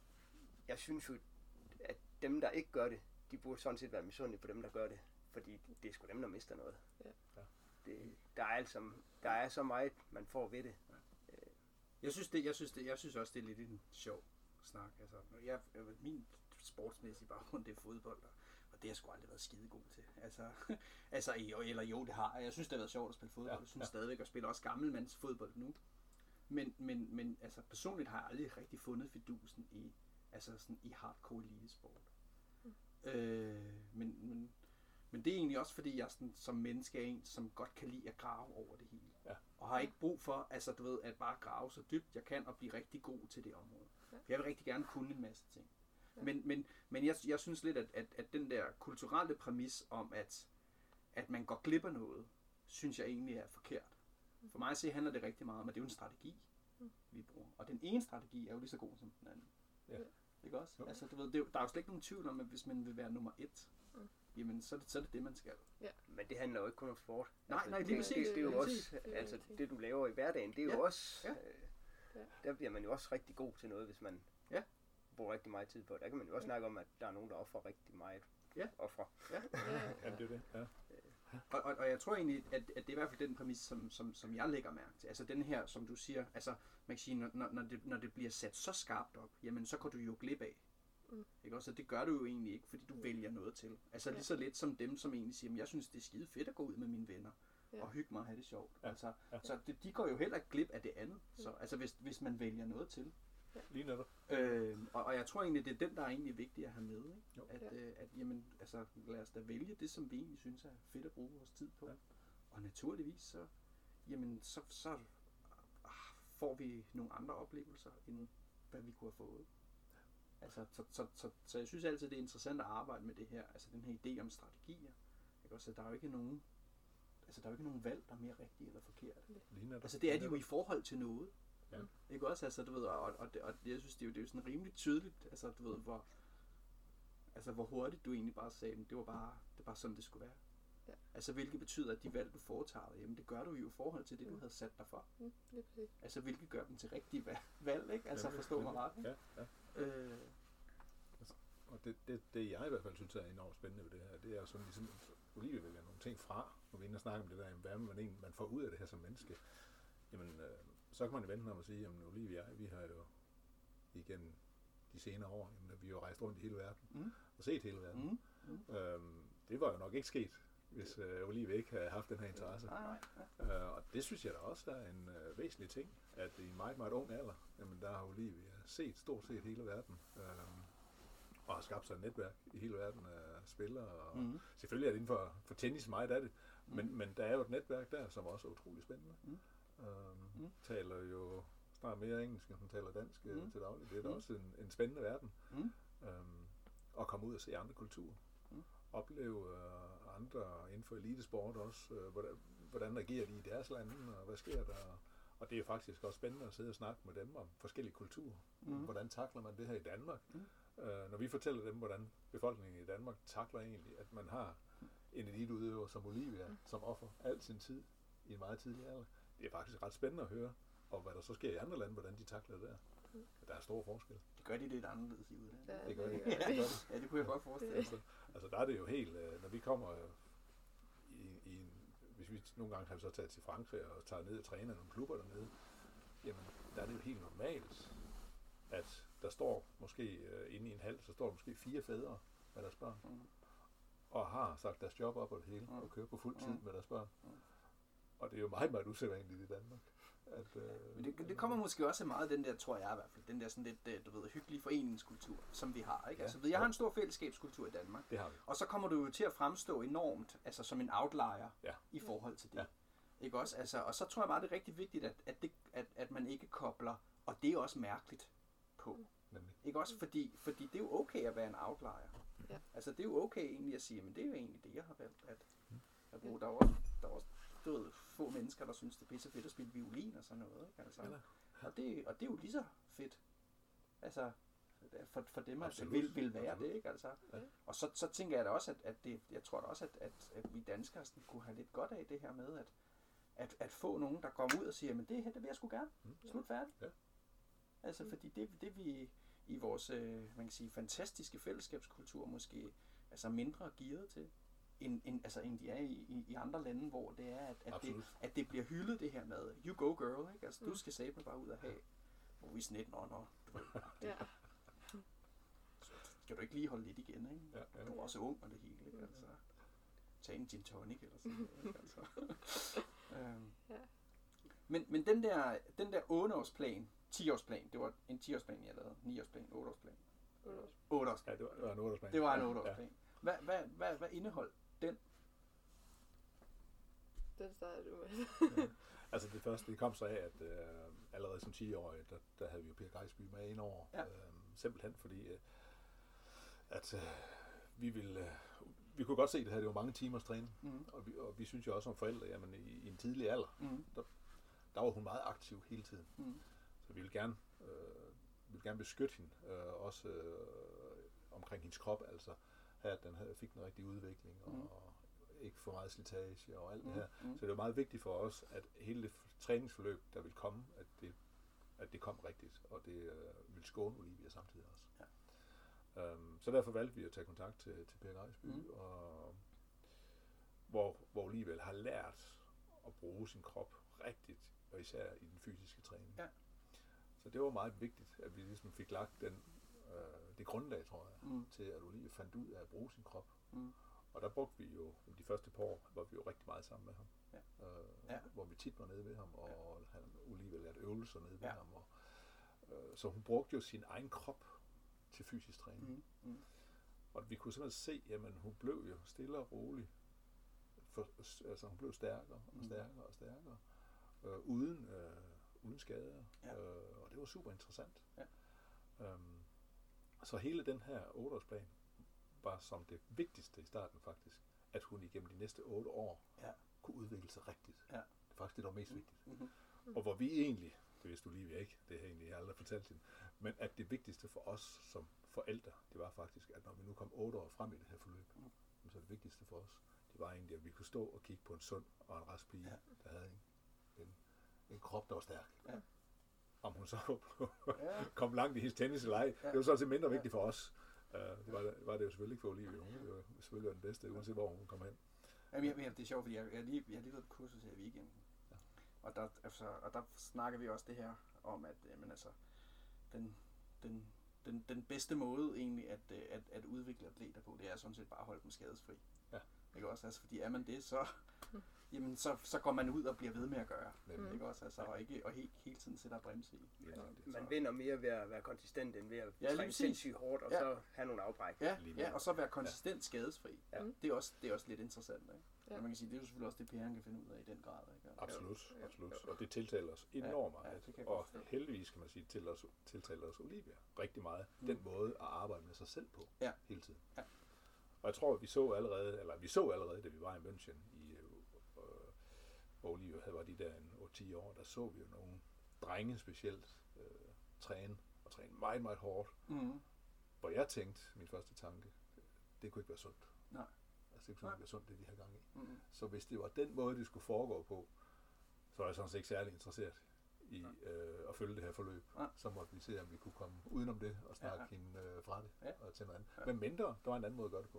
jeg synes jo, at dem, der ikke gør det, de burde sådan set være misundelige på dem, der gør det. Fordi det er sgu dem, der mister noget. Ja. Det, der, er altså, der er så meget, man får ved det. Ja. Jeg synes, det, jeg, synes det, jeg synes også, det er lidt en sjov snak. Altså, jeg, min sportsmæssige baggrund, det er fodbold, og det har jeg sgu aldrig været skide god til. Altså, altså, eller jo, det har. Jeg synes, det har været sjovt at spille fodbold. Ja. Jeg synes ja. stadigvæk, at spille også gammelmands fodbold nu. Men, men, men altså, personligt har jeg aldrig rigtig fundet fidusen i, altså sådan, i hardcore elitesport. Mm. Øh, men, men Men det er egentlig også, fordi jeg sådan, som menneske er en, som godt kan lide at grave over det hele. Ja. Og har ikke brug for, altså du ved, at bare grave så dybt jeg kan og blive rigtig god til det område. Ja. Jeg vil rigtig gerne kunne en masse ting. Ja. Men, men, men jeg, jeg synes lidt, at, at, at den der kulturelle præmis om, at, at man går glip af noget, synes jeg egentlig er forkert. For mig at se handler det rigtig meget om, at det er jo en strategi, mm. vi bruger. Og den ene strategi er jo lige så god som den anden. Ja. Ikke også? Okay. Altså, du ved, det er, der er jo slet ikke nogen tvivl om, at hvis man vil være nummer et, mm. jamen så er, det, så er det det, man skal. Ja. Men det handler jo ikke kun om sport. Nej, altså, nej, lige præcis. Det, det, det er jo også, altså det du laver i hverdagen, det er ja. jo også, ja. øh, der bliver man jo også rigtig god til noget, hvis man ja. bruger rigtig meget tid på det. Der kan man jo også ja. snakke om, at der er nogen, der offrer rigtig meget. Ja. Offrer. Ja. Ja, det er det. Ja. Og, og, og jeg tror egentlig, at, at det er i hvert fald den præmis, som, som, som jeg lægger mærke til. Altså den her, som du siger, altså man kan sige, når, når, det, når det bliver sat så skarpt op, jamen så går du jo glip af. Mm. Ikke også? Og det gør du jo egentlig ikke, fordi du mm. vælger noget til. Altså ja. lige så lidt som dem, som egentlig siger, jeg synes, det er skide fedt at gå ud med mine venner ja. og hygge mig og have det sjovt. Ja. Altså, ja. Så det, de går jo heller ikke glip af det andet. Mm. Så, altså hvis, hvis man vælger noget til. Ja. Lige netop. Øh, og, og jeg tror egentlig, det er den, der er egentlig vigtig at have med. Ikke? At, ja. øh, at jamen, altså, lad os da vælge det, som vi egentlig synes er fedt at bruge vores tid på. Ja. Og naturligvis, så, jamen, så, så ah, får vi nogle andre oplevelser, end hvad vi kunne have fået. Altså, så, så, så, så jeg synes altid, det er interessant at arbejde med det her, altså den her idé om strategier. Ikke? Også, der er jo ikke nogen, altså der er jo ikke nogen valg, der er mere rigtige eller forkerte. Altså det er de jo i forhold til noget. Ja. Ikke også, altså du ved, og, og, det, og jeg synes, det er jo, det er jo sådan rimelig tydeligt, altså du ved, hvor, altså hvor hurtigt du egentlig bare sagde, det var bare, det var bare sådan, det skulle være. Ja. Altså hvilket betyder, at de valg, du foretager, jamen det gør du jo i forhold til det, mm. du havde sat dig for. Mm, det er altså hvilket gør dem til rigtige valg, valg ikke? Altså forstå mig ret. Ja, ja. Øh, og det, det, det jeg i hvert fald synes er enormt spændende ved det her, det er jo sådan ligesom, Olivia vælger nogle ting fra, når vi ender og snakker om det der, hvad man, egentlig, man får ud af det her som menneske. Jamen, øh, så kan man jo vente om at sige, jamen Olivia og jeg, vi har jo igennem de senere år, jamen, vi har jo rejst rundt i hele verden, mm. og set hele verden. Mm. Mm. Øhm, det var jo nok ikke sket, hvis øh, Olivia ikke havde haft den her interesse. Nej, nej. Øh, og det synes jeg da også er en øh, væsentlig ting, at i en meget, meget ung alder, jamen der har Olivia set stort set hele verden. Øh, og har skabt sig et netværk i hele verden af spillere. Og mm. selvfølgelig er det inden for, for tennis meget af det, men, mm. men der er jo et netværk der, som også er utrolig spændende. Mm. Øhm, mm. Taler jo snart mere engelsk, end hun taler dansk mm. til daglig. Det er da mm. også en, en spændende verden. Mm. Øhm, at komme ud og se andre kulturer. Mm. Opleve uh, andre inden for elitesport også. Uh, hvordan, hvordan agerer de i deres lande, og hvad sker der? Og det er faktisk også spændende at sidde og snakke med dem om forskellige kulturer. Mm. Hvordan takler man det her i Danmark? Mm. Uh, når vi fortæller dem, hvordan befolkningen i Danmark takler egentlig, at man har en eliteudøver som Olivia, mm. som offer al sin tid i en meget tidlig alder. Det er faktisk ret spændende at høre, og hvad der så sker i andre lande, hvordan de takler det der. Mm. Der er stor forskel. Det gør de lidt anderledes i udlandet. Ja, det gør de. Ja, det, gør de. Ja, det kunne jeg godt forestille altså, altså der er det jo helt, når vi kommer i, i en, hvis vi nogle gange har vi så taget til Frankrig og tager ned og træner nogle klubber dernede, jamen, der er det jo helt normalt, at der står måske øh, inde i en hal, så står der måske fire fædre med deres børn, mm. og har sagt deres job op og det hele, mm. og kører på fuld tid mm. med deres børn. Mm. Og det er jo meget, meget usædvanligt i Danmark. At, øh, Men det, det kommer måske også meget den der, tror jeg i hvert fald, den der sådan lidt, du ved, hyggelige foreningskultur, som vi har, ikke? Ja. Altså, jeg har en stor fællesskabskultur i Danmark. Det har vi. Og så kommer du jo til at fremstå enormt, altså som en outlier ja. i forhold til det. Ja. Ikke også? Altså, og så tror jeg bare, det er rigtig vigtigt, at, at, det, at, at man ikke kobler, og det er også mærkeligt på. Nemlig. Ikke også? Fordi, fordi det er jo okay at være en outlier. Ja. Altså, det er jo okay egentlig at sige, men det er jo egentlig det, jeg har valgt at, at bruge. Der er også, der er også du ved, få mennesker, der synes, det er pisse fedt at spille violin og sådan noget. Ikke? Altså, ja, og, det, og det er jo lige så fedt. Altså, for, for dem, at absolut. det vil, vil være absolut. det, ikke? Altså. Ja. Og så, så tænker jeg da også, at, at det, jeg tror da også, at, at, at vi danskere sådan, kunne have lidt godt af det her med, at, at, at få nogen, der kommer ud og siger, men det her, det vil jeg sgu gerne. Mm. Slut færdigt. Ja. Altså, mm. fordi det, det vi i vores, øh, man kan sige, fantastiske fællesskabskultur måske, altså mindre gearet til, end, end, altså, end de er i, i, i andre lande, hvor det er, at, at, det, at det bliver hyldet det her med, you go girl, ikke? Altså, mm. du skal sæbe bare ud og have, hvor vi sådan lidt, nå, nå, du ved, ja. skal du ikke lige holde lidt igen, ikke? Ja, ja. Du er også ung og det hele, ikke? Altså, tag en gin tonic eller sådan noget, ikke? Altså. øhm. ja. Men, men den der, den der otte-årsplan, ti-årsplan, det var en ti-årsplan, jeg lavede, ni-årsplan, otte-årsplan. otte-årsplan. Ja, det var, det var en otte-årsplan. Det var en otte-årsplan. Ja. Hvad, hvad, hvad, hvad indeholdt den? Den startede du med. ja. Altså det første, det kom så af, at øh, allerede som ti-årig, der, der havde vi jo Per Geisby med ind over. Ja. Øh, simpelthen fordi, øh, at øh, vi ville... Øh, vi kunne godt se, at det her det var mange timers træning. Mm. Og, vi, og vi synes jo også som forældre, jamen i, i en tidlig alder, mm. der, der var hun meget aktiv hele tiden. Mm. Så vi ville gerne, øh, vi ville gerne beskytte hende, øh, også øh, omkring hendes krop, altså have, at den havde, fik en rigtig udvikling, og, mm. og ikke for meget slitage og alt mm. det her. Mm. Så det var meget vigtigt for os, at hele det træningsforløb, der ville komme, at det, at det kom rigtigt, og det øh, ville skåne Olivia samtidig også. Ja. Um, så derfor valgte vi at tage kontakt til, til Per Geisby, mm. og hvor, hvor Olivia har lært at bruge sin krop rigtigt, og især i den fysiske træning. Ja. Så det var meget vigtigt, at vi ligesom fik lagt den, øh, det grundlag, tror jeg, mm. til at Olivia fandt ud af at bruge sin krop. Mm. Og der brugte vi jo, de første par år, var vi jo rigtig meget sammen med ham. Ja. Øh, ja. Hvor vi tit var nede ved ham, og ja. han, Olivia lærte øvelser nede ved ja. ham. Og, øh, så hun brugte jo sin egen krop til fysisk træning. Mm. Mm. Og vi kunne simpelthen se, jamen hun blev jo stille og rolig. For, altså hun blev stærkere og stærkere og stærkere. Øh, uden, øh, uden skader. Ja. Øh, og det var super interessant. Ja. Øhm, så hele den her otteårsplan var som det vigtigste i starten faktisk, at hun igennem de næste otte år ja. kunne udvikle sig rigtigt. Ja. Det er faktisk det, der var mest vigtigt. Mm-hmm. Og hvor vi egentlig, det vidste Olivia ikke, det har egentlig jeg aldrig fortalt hende, men at det vigtigste for os som forældre, det var faktisk, at når vi nu kom otte år frem i det her forløb, mm. så det vigtigste for os, det var egentlig, at vi kunne stå og kigge på en sund og en rask pige, ja. der havde en, en, en krop, der var stærk. Ja. Om hun så kom langt i hendes tennis eller ej, ja. det var sådan set mindre vigtigt for os. Uh, det var, var det jo selvfølgelig ikke for Olivia. Hun ville jo selvfølgelig være den bedste, uanset hvor hun kom hen. Jamen, jeg, det er sjovt, fordi jeg, jeg, lige, jeg har lige været på kursus her i weekenden. Ja. Og, der, altså, og der snakker vi også det her om, at jamen, altså, den, den, den, den bedste måde egentlig at, at, at udvikle atleter på, det er sådan set bare at holde dem skadesfri. Ja. Ikke også? Altså, fordi er man det, så, jamen, så, så går man ud og bliver ved med at gøre. Mm. Ikke også? Altså, og ikke og helt, hele tiden sætter bremse i. Ja, man vinder mere ved at være konsistent, end ved at ja, træne sindssygt hårdt, og ja. så have nogle afbræk. Ja, ja, og så være konsistent skadesfri. Ja. Det, er også, det er også lidt interessant. Ikke? Ja. Man kan sige, det er jo selvfølgelig også det, Per kan finde ud af i den grad. Ikke? Absolut, ja. absolut. Og det tiltaler os enormt ja, meget. Ja, og heldigvis kan man sige, tiltaler os, tiltaler os Olivia rigtig meget. Mm. Den måde at arbejde med sig selv på ja. hele tiden. Ja. Og jeg tror, at vi så allerede, eller vi så allerede, da vi var i München, i, øh, hvor Olivia havde været de der otte til ti år, der så vi jo nogle drenge specielt øh, træne, og træne meget, meget hårdt. Mm. Hvor jeg tænkte, min første tanke, det kunne ikke være sundt. Nej. Altså det kunne ikke være sundt, det de her gange i. Mm. Så hvis det var den måde, det skulle foregå på, så var jeg sådan set ikke særlig interesseret i øh, at følge det her forløb. Ja. Så måtte vi se, om vi kunne komme udenom det og snakke ja. hende øh, fra det ja. og til noget andet. Ja. Men mindre, der var en anden måde at gøre det på.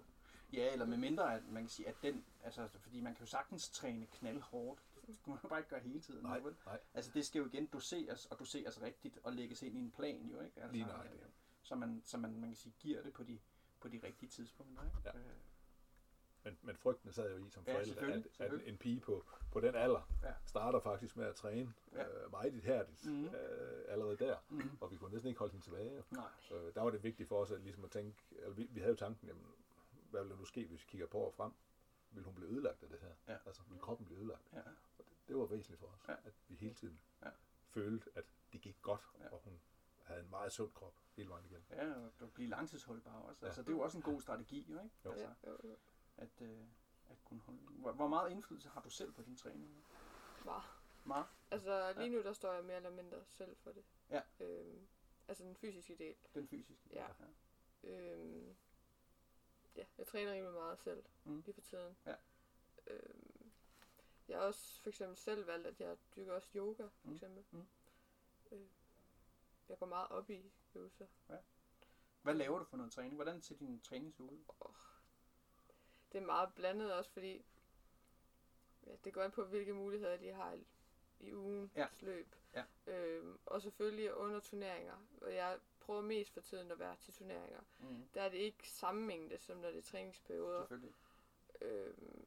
Ja, eller med mindre, at man kan sige, at den, altså, fordi man kan jo sagtens træne knaldhårdt. Det skal man jo bare ikke gøre hele tiden. Nej, vel? nej. Altså, det skal jo igen doseres, og doseres rigtigt, og lægges ind i en plan, jo, ikke? Altså, Lige nøjagtigt. øh, så man, så man, man kan sige, giver det på de, på de rigtige tidspunkter, ikke? Ja. Øh, Men, men frygten sad jo i som Ja, forældre, selvfølgelig, at, at selvfølgelig. en pige på, på den alder Ja. starter faktisk med at træne Ja. øh, meget ihærdigt Mhm. øh, allerede der, Mhm. og vi kunne næsten ikke holde hende tilbage. Jo. nej. Øh, der var det vigtigt for os at, ligesom at tænke, eller vi, vi havde jo tanken, jamen, hvad vil der nu ske, hvis vi kigger på og frem? Vil hun blive ødelagt af det her? Ja. Altså, vil kroppen blive ødelagt? Ja. Og det, det var væsentligt for os, Ja. at vi hele tiden Ja. følte, at det gik godt, Ja. og hun havde en meget sund krop hele vejen igennem. Ja, og at blive langtidsholdbar også. Ja. Altså, det er jo også en god strategi, jo, ikke? Jo. Altså, Ja, jo, jo. at, øh, at kunne holde. Hvor, hvor meget indflydelse har du selv på din træning? Meget. Meget? Altså lige nu, der står jeg mere eller mindre selv for det. Ja. Øhm, altså den fysiske del. Den fysiske? Ja. Øhm, ja, jeg træner rimelig meget selv Mm. lige for tiden. Ja. Øhm, jeg har også for eksempel selv valgt, at jeg dyrker også yoga, for Mm. eksempel. Mm. Øh, jeg går meget op i øvelser. Hvad laver du for noget træning? Hvordan ser din træning så ud? Det er meget blandet også, fordi ja, det går an på, hvilke muligheder de har i, i ugens Ja. løb. Ja. Øhm, og selvfølgelig under turneringer. Og jeg prøver mest for tiden at være til turneringer. Mm. Der er det ikke samme mængde, som når det er træningsperioder. Selvfølgelig. Øhm,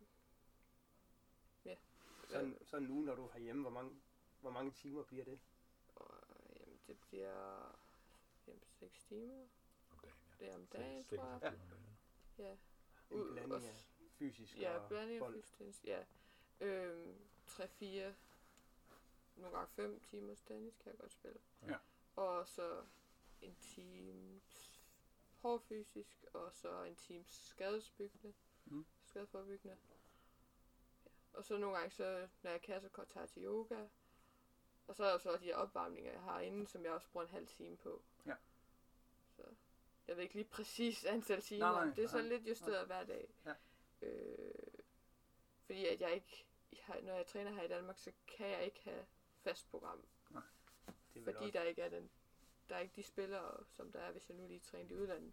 ja. Sådan, sådan nu, når du er hjemme, hvor mange, hvor mange timer bliver det? Og, jamen, det bliver jamen, seks timer. Om dagen, Det er om ja. dagen, Seks- tror jeg. seks timer om dagen. Ja. En Ud- blanding også- af fysisk Ja, og blanding af bold. fysisk tennis. Ja. Øhm, tre, fire, nogle gange fem timers tennis kan jeg godt spille. Ja. Og så en times hård fysisk, og så en times skadesbyggende. Mm. Skadeforbyggende. Ja. Og så nogle gange, så, når jeg kan, så tager jeg til yoga. Og så er der så de her opvarmninger, jeg har inde, som jeg også bruger en halv time på. Ja. Så jeg ved ikke lige præcis antal timer. Nej, nej, det er så nej. lidt justeret hver dag. Ja. Øh, fordi at jeg ikke, jeg, når jeg træner her i Danmark, så kan jeg ikke have fast program. Det er vel Fordi også, der ikke er den, der er ikke de spillere, som der er, hvis jeg nu lige træner i udlandet.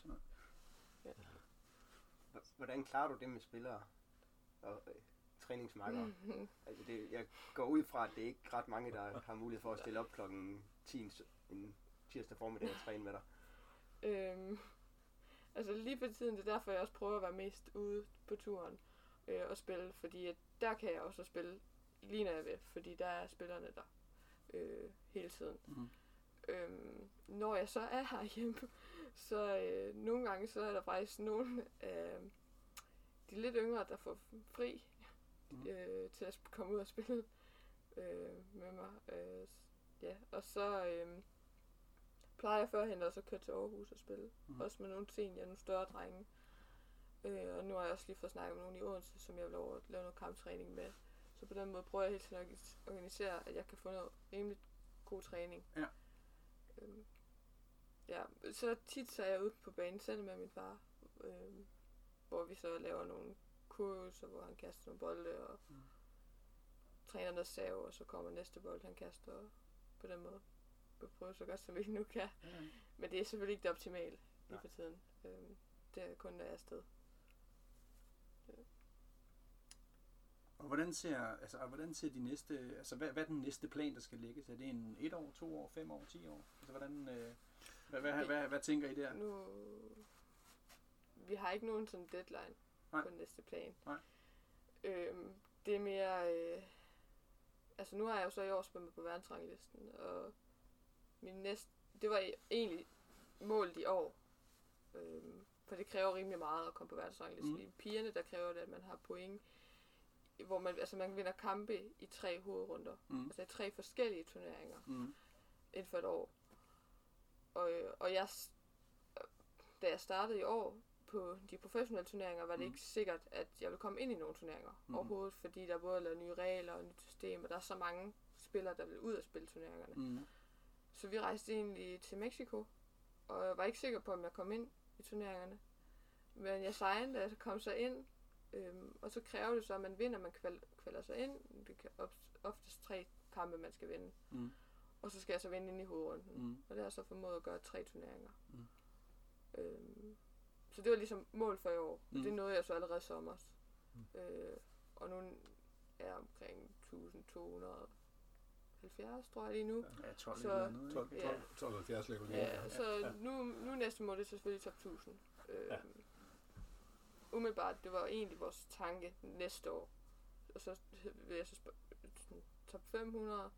hvordan klarer du det med spillere og øh, træningsmarkere? Altså det, jeg går ud fra, at det er ikke ret mange, der har mulighed for at stille op klokken ti en, en tirsdag formiddag og træne med dig. Øhm, altså lige for tiden, det er derfor, jeg også prøver at være mest ude på turen øh, og spille, fordi at der kan jeg også spille lige når jeg vil, fordi der er spillerne der øh, hele tiden. Mm. Øhm, når jeg så er herhjemme, så øh, nogle gange så er der faktisk nogle af øh, de lidt yngre, der får fri Mm. øh, til at komme ud og spille øh, med mig. Øh, ja, og så øh, plejer jeg førhen også at køre til Aarhus og spille. Mm. Mm. Også med nogle senior, nogle større drenge. Øh, og nu har jeg også lige fået snakket med nogle i Odense, som jeg vil over at lave noget kamptræning med. Så på den måde prøver jeg hele tiden at organisere, at jeg kan få noget rimelig god træning. Ja. Øhm, ja, så tit så er jeg ude på banen selv med min far, øhm, hvor vi så laver nogle kurser, hvor han kaster nogle bolde og Mm. træner noget sav, og så kommer næste bold, han kaster, og på den måde vi prøver så godt, som vi nu kan. Ja. Men det er selvfølgelig ikke det optimale lige Nej. for tiden. Øhm, det er kun, når jeg er afsted. Og hvordan ser, altså, og hvordan ser de næste, altså hvad, hvad er den næste plan, der skal lægges? Er det en et år, to år, fem år, ti år? Altså hvordan, øh, hvad, hvad, hvad, hvad, hvad tænker I der? Nu, vi har ikke nogen sådan deadline Nej. på den næste plan. Nej. Øhm, det er mere, øh, altså nu har jeg jo så i år spillet på verdensranglisten, og min næste, det var egentlig målet i år. Øhm, for det kræver rimelig meget at komme på verdensranglisten. Mm. I pigerne, der kræver det, at man har point, hvor man, altså man vinder kampe i tre hovedrunder. Mm. Altså i tre forskellige turneringer Mm. inden for et år. Og, øh, og jeg, s- da jeg startede i år på de professionelle turneringer, var det Mm. ikke sikkert, at jeg ville komme ind i nogle turneringer Mm. overhovedet, fordi der både er lavet nye regler og nyt system, og der er så mange spillere, der vil ud og spille turneringerne. Mm. Så vi rejste egentlig til Mexico, og jeg var ikke sikker på, om jeg kom ind i turneringerne. Men jeg signede, og jeg kom så ind, øhm, og så kræver det så, at man vinder, man kval- kvalder sig ind. Det kan op- oftest tre kampe, man skal vinde. Mm. Og så skal jeg så vinde ind i hovedrunden. Mm. Og det har jeg så formået at gøre tre turneringer. Mm. Øhm, så det var ligesom mål for i år. Mm. Mm. Det nåede jeg så allerede sommer. Mm. Øh, og nu er jeg omkring tusind to hundrede og halvfjerds, tror jeg lige nu. Ja, tolv Så- eller andet, tolv, ikke? tolv, tolv halvfjerds ligger lige. Ja, så nu, nu næste mål, det er selvfølgelig top tusind. Øh, Ja. Umiddelbart, det var egentlig vores tanke næste år. Og så vil jeg så spørge, sådan, top fem hundrede.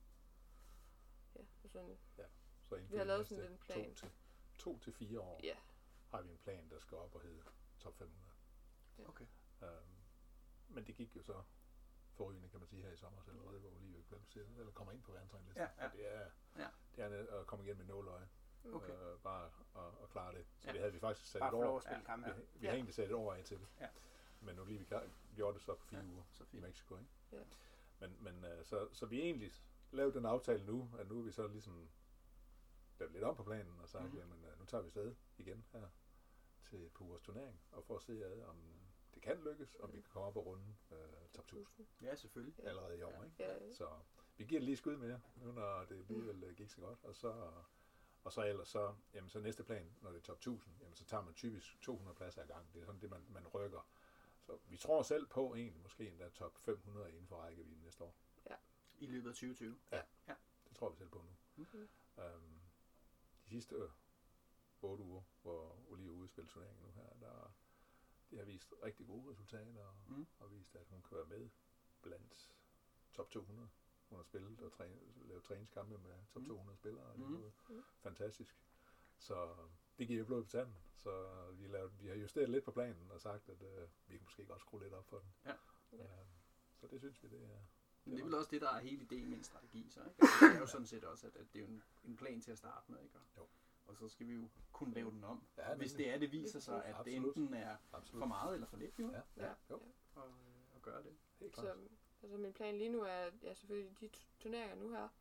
Ja, og sådan. Så inden Vi har for de lavet sådan næste en plan. To til, to til fire år Ja, har vi en plan, der skal op og hedde top fem hundrede. Okay. Øhm, men det gik jo så forrygende, kan man sige, her i sommer, så allerede, hvor Olivia kvalificerede, eller kommer ind på verdensranglisten. Ja, ja. Og det er, Ja. det er at komme igen med nåløje. Okay. Øh, bare at, at klare det. Så Ja. det havde vi faktisk sat Bare et få lov år. at spille Ja. kampe. Vi, vi har Ja. egentlig sat et år af til det. Ja. Men Olivia gjorde det så på fire Ja, uger så i fint. Mexico. Ikke? Ja. Men, men øh, så, så vi egentlig lavet den aftale nu, at nu er vi så ligesom lavet lidt om på planen og sagt, Mhm. mm-hmm. jamen øh, nu tager vi afsted igen her til på vores turnering, og for at se, ad, om det kan lykkes, om vi kan komme op og runde øh, top tusind Ja, selvfølgelig. allerede i år. Ikke? Ja. Så vi giver det lige skud mere, nu når det alligevel øh, gik så godt, og så, og så ellers så, jamen så næste plan, når det er top tusind, jamen så tager man typisk to hundrede pladser ad gang. Det er sådan det, man, man rykker. Så vi tror selv på egentlig måske endda top fem hundrede inden for rækkevidden næste år. I løbet af tyve tyve. Det tror vi selv på nu. Mhm. Øhm, de sidste øh, otte uger, hvor Olivia er ude og spille turneringen nu her, der det har vist rigtig gode resultater, og, Mm. og vist, at hun kan være med blandt top to hundrede. Hun har spillet og trænet, lavet træningskampe med top Mm. to hundrede spillere, og det Mm. er jo Mm. fantastisk. Så det giver jo blod på tanden. Så vi, lavet, vi har justeret lidt på planen og sagt, at øh, vi kan måske godt skrue lidt op for den. Ja. Ja. Øhm, så det synes vi, det er... Men det er vel også det, der er hele ideen med en strategi, så ikke? Altså, det er jo sådan set også, at, at det er jo en, en plan til at starte med, ikke? Og, Jo. og så skal vi jo kunne lave den om, Ja, hvis nemlig. det er, det viser sig, at det Absolut. enten er Absolut. for meget eller for lidt, jo, Ja, ja, Ja. jo, at, øh, at gøre det. helt klart. Så altså min plan lige nu er, at ja, selvfølgelig de t- turneringer nu her,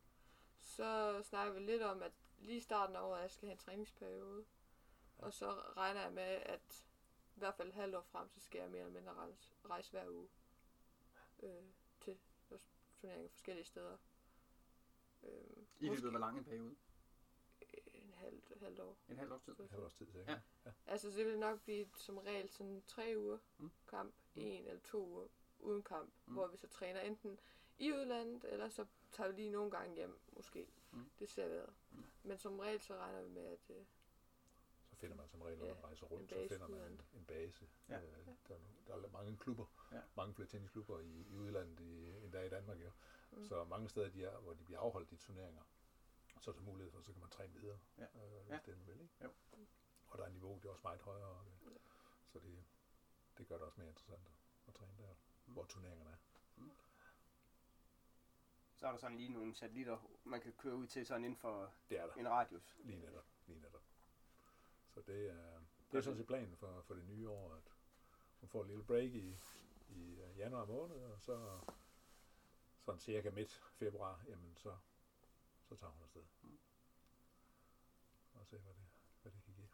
så snakker vi lidt om, at lige i starten af året, jeg skal have en træningsperiode. Ja. Og så regner jeg med, at i hvert fald et halvt år frem, så skal jeg mere eller mindre rejse, rejse hver uge øh, til turneringer forskellige steder. Øh, I løbet af hvor lang en periode? en halv, halvt år. En halv års tid? Et halvt års tid, sikkert. Ja. Ja. Altså, det vil nok blive som regel sådan tre uger Mm. kamp, Mm. en eller to uger uden kamp, Mm. hvor vi så træner enten i udlandet, eller så tager vi lige nogle gange hjem, måske. Mm. Det ser vi ad. Mm. Men som regel, så regner vi med, at øh, Så finder man som regel, når Ja, man rejser rundt, en så base finder man en, udlandet. en base. Ja. Øh, der, er, no- der er mange klubber, Ja. mange flere tennisklubber i, i udlandet, i, endda i Danmark jo. Mm. Så mange steder, de er, hvor de bliver afholdt, de turneringer, så er der mulighed for, så kan man træne videre, Ja. øh, hvis Ja. det er vil, ikke? Jo. Og der er niveau, det er også meget højere, og det, Ja. så det, det gør det også mere interessant at træne der, Mm. hvor turneringerne er. Så er der sådan lige nogle satellitter, man kan køre ud til sådan inden for Det er der. en radius. Lige netop, lige netop. Så det er, det er sådan set planen for, for det nye år, at hun får et lille break i, i øh, januar måned, og så sådan cirka midt februar, jamen så, så tager hun afsted. Mm. Og se, hvad det, hvad det kan give.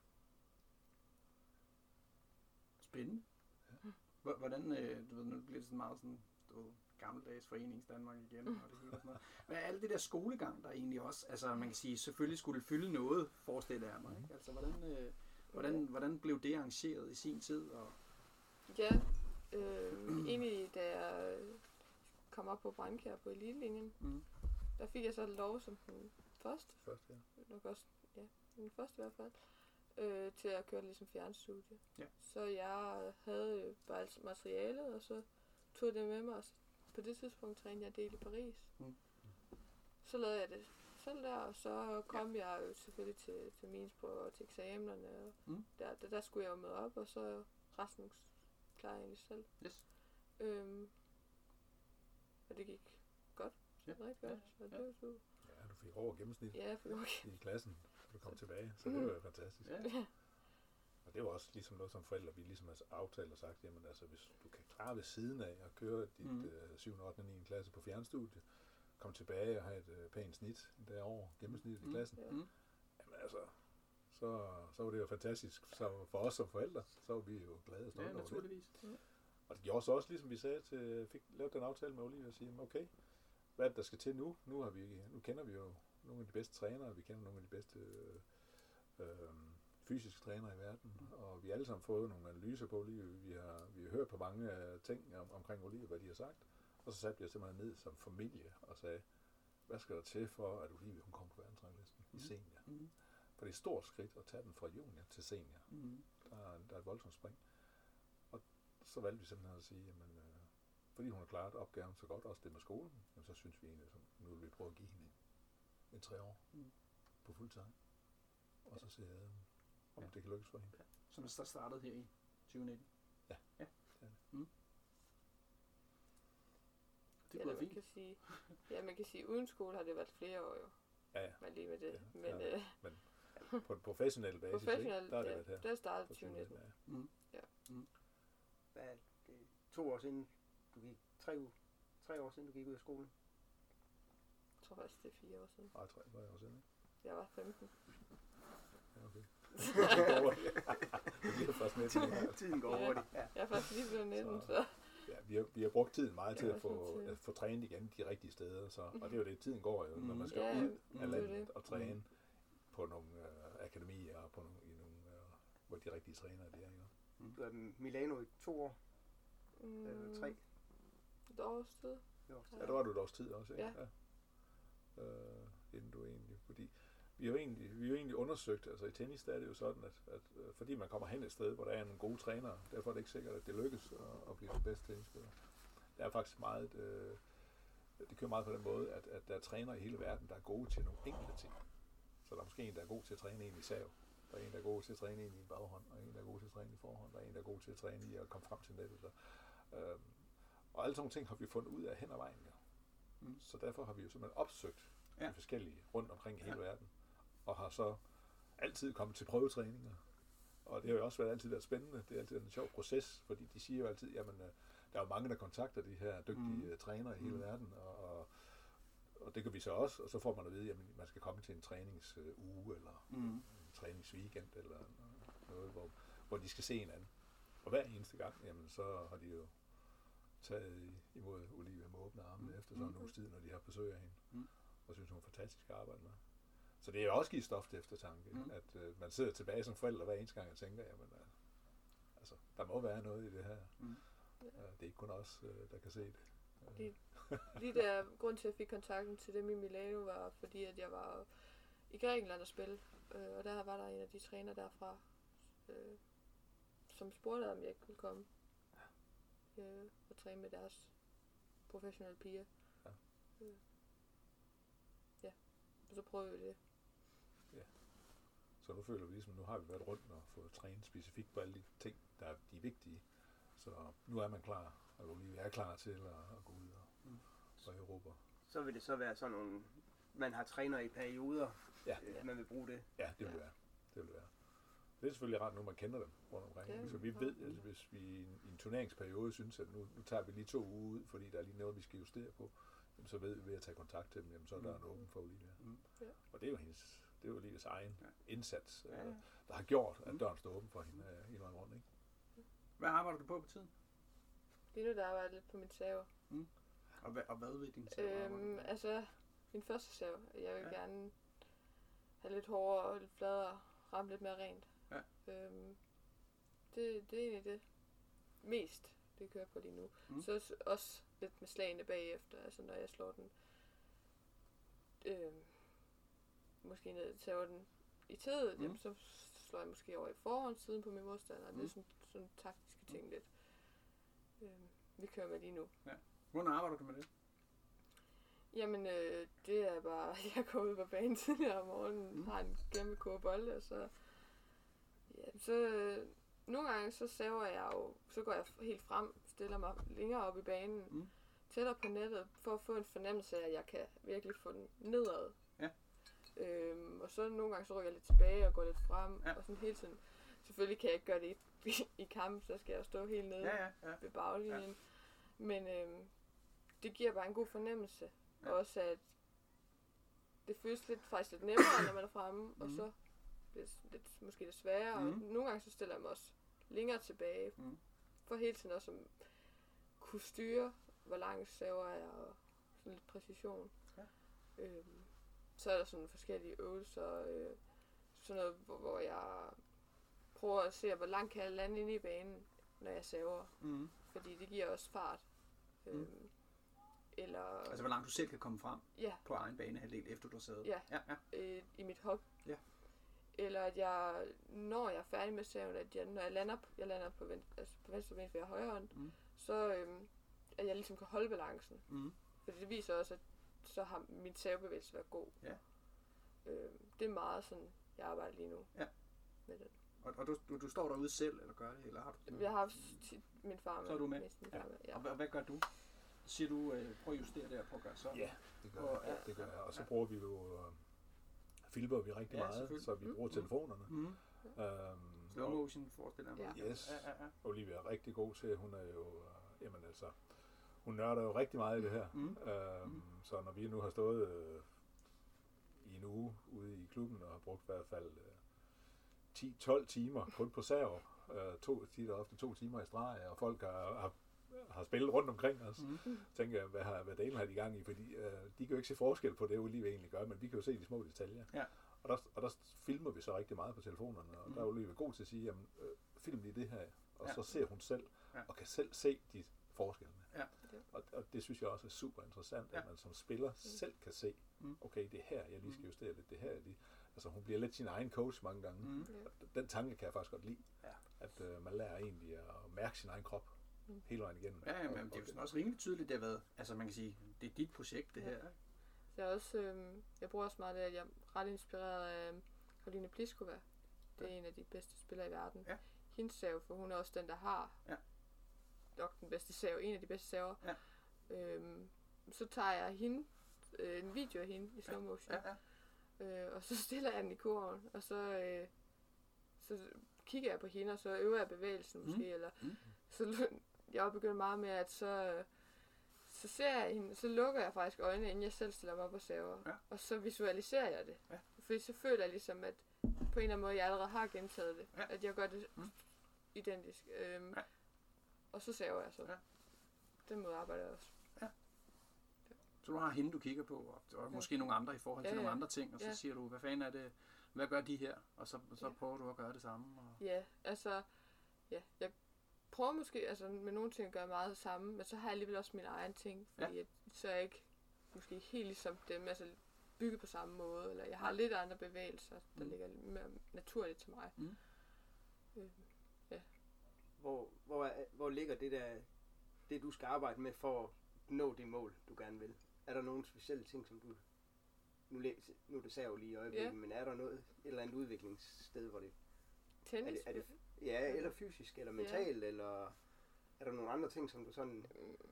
Spændende. Hvor- Hvordan, øh, du ved, nu bliver det sådan meget sådan, du ved, gammeldags forenings Danmark igen, og det hele og sådan noget. Men alt det der skolegang, der egentlig også, altså man kan sige, selvfølgelig skulle det fylde noget, forestiller jeg mig, ikke? Altså hvordan, øh, hvordan, hvordan blev det arrangeret i sin tid? Og, ja, øh, egentlig da jeg kom op på Brandkjær på elitelinjen, mm, der fik jeg så lov som den første, Først, ja. nok også, ja, den første i hvert fald, øh, til at køre det ligesom fjernstudie. Ja. Så jeg havde øh, bare alt materialet, og så tog jeg det med mig, og så på det tidspunkt trænede jeg en del i Paris. Mm. Så lavede jeg det selv der, og så kom ja. jeg jo selvfølgelig til, til minsprøver og til eksamenerne, og Mm. der, der, der skulle jeg jo møde op, og så resten klarede jeg egentlig selv. yes. Øhm, og det gik godt. Ja. Rigtig godt. Så Ja. det var super. Ja, du fik over gennemsnit Ja, for okay. i klassen, så du kom tilbage, så det var jo fantastisk. Ja. Og det var også ligesom noget som forældre, vi ligesom har aftalt og sagt, jamen altså, hvis du kan klare ved siden af at køre dit Mhm. mm. øh, syvende, ottende og niende klasse på fjernstudie, komme tilbage og have et øh, pænt snit derovre, gennemsnittet i Mm. klassen, Ja. Mm. jamen altså, så, så var det jo fantastisk. Så for os som forældre, så var vi jo glade og stolte Ja, over det. naturligvis. Og det gjorde så også, ligesom vi sagde, til, fik lavet den aftale med Olivia og sige, jamen, okay, hvad er det, der skal til nu? Nu, har vi, nu kender vi jo nogle af de bedste trænere, vi kender nogle af de bedste øh, øh, fysiske trænere i verden, og vi har alle sammen fået nogle analyser på Olivia. Vi har, vi har hørt på mange øh, ting om, omkring Olivia, hvad de har sagt, og så satte vi os simpelthen ned som familie og sagde, hvad skal der til for, at Olivia hun kommer på verdensranglisten mm. i senior? Mm. For det er et stort skridt at tage den fra junior til senior. Mm. Der, er, der er et voldsomt spring. Og så valgte vi simpelthen at sige, jamen, øh, fordi hun har klaret opgaven så godt, også det med skolen, jamen, så synes vi egentlig, at nu vil vi prøve at give hende en tre år mm. på fuldtime. Og så ser jeg, om ja. det kan lykkes for hende. Ja. Som så startede her i tyve nitten? Ja. Ja. ja. Mm. Det er man kan sige. Ja, man kan sige, uden skole har det været flere år jo. Ja, ja. Man lige med det. Ja, men, ja. Øh, men på en professionel basis, professionel, der er det ja, været her. Der startede tyve nitten. Ja. Mm. Ja. Mm. Hvad er det? To år siden, du gik, tre, tre år siden, du gik ud af skolen? Jeg tror faktisk, det er fire år siden. Nej, tre år siden, ikke? Jeg var femten. Ja, okay. det bliver først med til Tiden går Ja. hurtigt. Ja. Jeg er faktisk lige blevet nitten, så... så. Ja, vi har, vi har brugt tiden meget til Ja, at få, sådan at få trænet igen de rigtige steder, så, og det er jo det, tiden går jo, når man skal Ja, ud mm, af det er landet det. og træne på nogle øh, akademier, og på nogle, i nogle, øh, hvor de rigtige trænere de er. Ikke? Du er i Milano i to år, Mm, øh, tre. Et års tid. Jo. Ja, der var du et års tid også, ikke? Ja. Ja. Øh, inden du egentlig, fordi vi har jo egentlig, vi har jo egentlig undersøgt, altså i tennis der er det jo sådan, at, at øh, fordi man kommer hen et sted, hvor der er nogle gode trænere, derfor er det ikke sikkert, at det lykkes at, at blive den bedste tennisspiller. Der er faktisk meget, øh, det kører meget på den måde, at, at der er trænere i hele verden, der er gode til nogle enkelte ting. Så der er måske en, der er god til at træne en i sav, der er en, der er god til at træne en i en baghånd, og en, der er god til at træne i forhånd, og en, der er god til at træne i at komme frem til nettet. Og, øh, og alle sådan nogle ting har vi fundet ud af hen ad vejen. Ja. Mm. Så derfor har vi jo simpelthen opsøgt ja. de forskellige rundt omkring i hele ja. verden, og har så altid kommet til prøvetræninger. Og det har jo også været altid været spændende. Det er altid en sjov proces, fordi de siger jo altid, jamen, der er jo mange, der kontakter de her dygtige mm. trænere i hele mm. verden, og, og, og det kan vi så også, og så får man at vide, at man skal komme til en træningsuge, eller mm. en træningsweekend, eller noget, hvor, hvor de skal se hinanden. Og hver eneste gang, jamen, så har de jo taget imod Olivia med åbne arme mm. efter sådan en uges tid, når de har besøg af hende, mm. og synes, hun er fantastisk at arbejde med. Så det er jo også givet stof til eftertanke, mm. at øh, man sidder tilbage som forælder hver eneste gang og tænker, jamen, øh, altså, der må være noget i det her. Mm. Uh, det er ikke kun os, øh, der kan se det. Uh. Lige, lige der, grund til, at jeg fik kontakten til dem i Milano, var fordi, at jeg var i Grækenland og spille, øh, og der var der en af de træner derfra, øh, som spurgte, om jeg ikke ville komme øh, og træne med deres professionelle piger. Ja. Øh. Ja, og så prøvede vi det. Ja. Så nu føler vi ligesom, nu har vi været rundt og fået trænet specifikt på alle de ting, der er de vigtige. Så nu er man klar, og vi er klar til at, at gå ud og, mm. og Europa. Så vil det så være sådan nogle, man har træner i perioder, ja. øh, man vil bruge det. Ja, det vil ja. være. Det vil være. Det er selvfølgelig rart nu, man kender dem rundt omkring. Ja, så vi ved, at hvis vi i en, i en turneringsperiode synes, at nu, nu tager vi lige to uger ud, fordi der er lige noget, vi skal justere på, jamen, så ved vi ved at tage kontakt til dem, jamen, så er der mm. en åben for Olivia. Mm. Ja. Og det er jo hendes, det er jo Olivias egen ja. indsats, ja, ja. der har gjort, at døren står åben for hende uh, hele vejen rundt. Ikke? Hvad arbejder du på på tiden? Lige nu der arbejder jeg lidt på min server. Mm. Og, hvad, og hvad ved din server? Øhm, altså, min første server. Jeg vil ja. gerne have lidt hårdere og lidt fladere, ramme lidt mere rent. Ja. Øhm, det, det er egentlig det mest, det kører på lige nu. Mm. Så også lidt med slagene bagefter, altså når jeg slår den, øhm, måske ned, tager den i tid, mm. jamen, så slår jeg måske over i forhåndssiden på min modstander. Mm. Det er sådan, sådan taktiske ting lidt. Øhm, vi kører med lige nu. Ja. Hvordan arbejder du med det? Jamen, øh, det er bare, jeg går ud på banen tidligere om morgenen, mm. har en kæmpe kurve bolde, og så, ja, så øh, nogle gange så saver jeg jo, så går jeg helt frem, stiller mig længere op i banen, mm. tættere på nettet, for at få en fornemmelse af, at jeg kan virkelig få den nedad. Ja. Øhm, og så nogle gange så rykker jeg lidt tilbage og går lidt frem, ja. Og sådan hele tiden. Selvfølgelig kan jeg ikke gøre det i, i, i kamp, så skal jeg stå helt nede ja, ja, ja. ved baglinjen. Ja. Men øhm, det giver bare en god fornemmelse. Ja. Også at det føles lidt, faktisk lidt nemmere, når man er fremme, mm. og så bliver det lidt, måske lidt sværere. Mm. Og nogle gange så stiller jeg mig også længere tilbage, mm. for hele tiden også at kunne styre, hvor langt saver jeg, og sådan lidt præcision. Ja. Øhm, så er der sådan forskellige øvelser, øh, sådan noget, hvor, hvor jeg prøver at se, hvor langt kan jeg lande inde i banen, når jeg saver. Mm. Fordi det giver også fart. Mm. Øhm, eller... Altså, hvor langt du selv kan komme frem ja. på egen banehalvdel, efter du har savet. Ja, ja, ja. Øh, i mit hop. Ja. Eller at jeg, når jeg er færdig med saven, at jeg, når jeg lander, jeg lander på, ven, altså på venstre ben, for jeg har højre hånd, Mm. så øhm, at jeg ligesom kan holde balancen. Mm. Fordi det viser også, at så har min savebevægelse været god. Ja. Øhm, det er meget sådan, jeg arbejder lige nu Ja. med den. Og, og du, du, du står derude selv, eller gør det, eller har du... Jeg har haft tit min far med. Så er du med? Min Ja. far med. Ja. Og hvad, hvad gør du? Siger du, øh, prøv at justere der, prøv at gøre sådan? Ja, det gør Og, jeg. ja. Det gør jeg. Og så Ja. bruger vi jo... Øh, filmer vi rigtig Ja, meget, selvfølgelig. så vi bruger telefonerne. Mm. Øhm, Slow motion forestiller jeg mig. Ja. Yes. Ja, ja, ja. Olivia er rigtig god til, hun er jo, øh, jamen altså, hun nørder jo rigtig meget i det her. Mm. Øhm, Mm. Så når vi nu har stået øh, i en uge ude i klubben og har brugt i hvert fald øh, ti tolv timer kun på serv, øh, to, tit og ofte to timer i streg, og folk har, har, har spillet rundt omkring os, Mm. tænker jeg, hvad, har, hvad delen har de gang i, fordi øh, de kan jo ikke se forskel på det, Olivia egentlig gør, men vi kan jo se de små detaljer. Ja. Og der, og der filmer vi så rigtig meget på telefonerne, og Mm. der er Olivia god til at sige, jamen, øh, film lige det her, og Ja. så ser hun selv, Ja. og kan selv se de forskellene. Ja. Og, og det synes jeg også er super interessant, Ja. at man som spiller selv kan se, Mm. okay, det er her, jeg lige skal justere lidt, det her, jeg lige... Altså hun bliver lidt sin egen coach mange gange. Mm. Og den tanke kan jeg faktisk godt lide, Ja. at øh, man lærer egentlig at mærke sin egen krop Mm. hele vejen igennem. Ja, ja, men Og- det er jo og- sådan også rimelig tydeligt, det har været, altså man kan sige, det er dit projekt, det Ja. her. ikke? Jeg, er også, øhm, jeg bruger også meget det, at jeg er ret inspireret af øhm, Karoline Pliskova. Det er en af de bedste spillere i verden. Ja. Hendes sav, for hun er også den, der har Ja. nok den bedste sav, en af de bedste saver. Ja. Øhm, så tager jeg hende, øh, en video af hende i slow motion, Ja, ja. øh, og så stiller jeg den i kurven, og så, øh, så kigger jeg på hende, og så øver jeg bevægelsen måske, Mm. eller Mm. så jeg er begyndt meget med, at så, så ser jeg hende, så lukker jeg faktisk øjnene, inden jeg selv stiller mig op og saver. Ja. Og så visualiserer jeg det. Ja. Fordi så føler jeg ligesom, at på en eller anden måde, jeg allerede har gentaget det. Ja. At jeg gør det Mm. identisk. Øhm, Ja. Og så saver jeg så. Ja. Den måde arbejder jeg også. Så du har hende, du kigger på, og, og måske nogle andre i forhold til Ja, nogle ja. andre ting, og så Ja. siger du, hvad fanden er det, hvad gør de her? Og så, så Ja. prøver du at gøre det samme. Og... Ja, altså, ja, jeg prøver måske, altså med nogle ting at gøre meget det samme, men så har jeg alligevel også min egen ting, fordi Ja. at, så er jeg ikke måske helt ligesom dem, altså bygget på samme måde, eller jeg har lidt andre bevægelser, der Mm. ligger lidt mere naturligt til mig. Mm. Øh, Hvor, hvor, er- hvor ligger det der, det du skal arbejde med for at nå det mål, du gerne vil? Er der nogle specielle ting, som du... Nu, læ- nu er det sav lige i øjeblikket, Ja. men er der noget, et eller andet udviklingssted, hvor det... Er tennis, det, er det ja, eller fysisk, eller mentalt, eller er der nogle andre ting, som du sådan...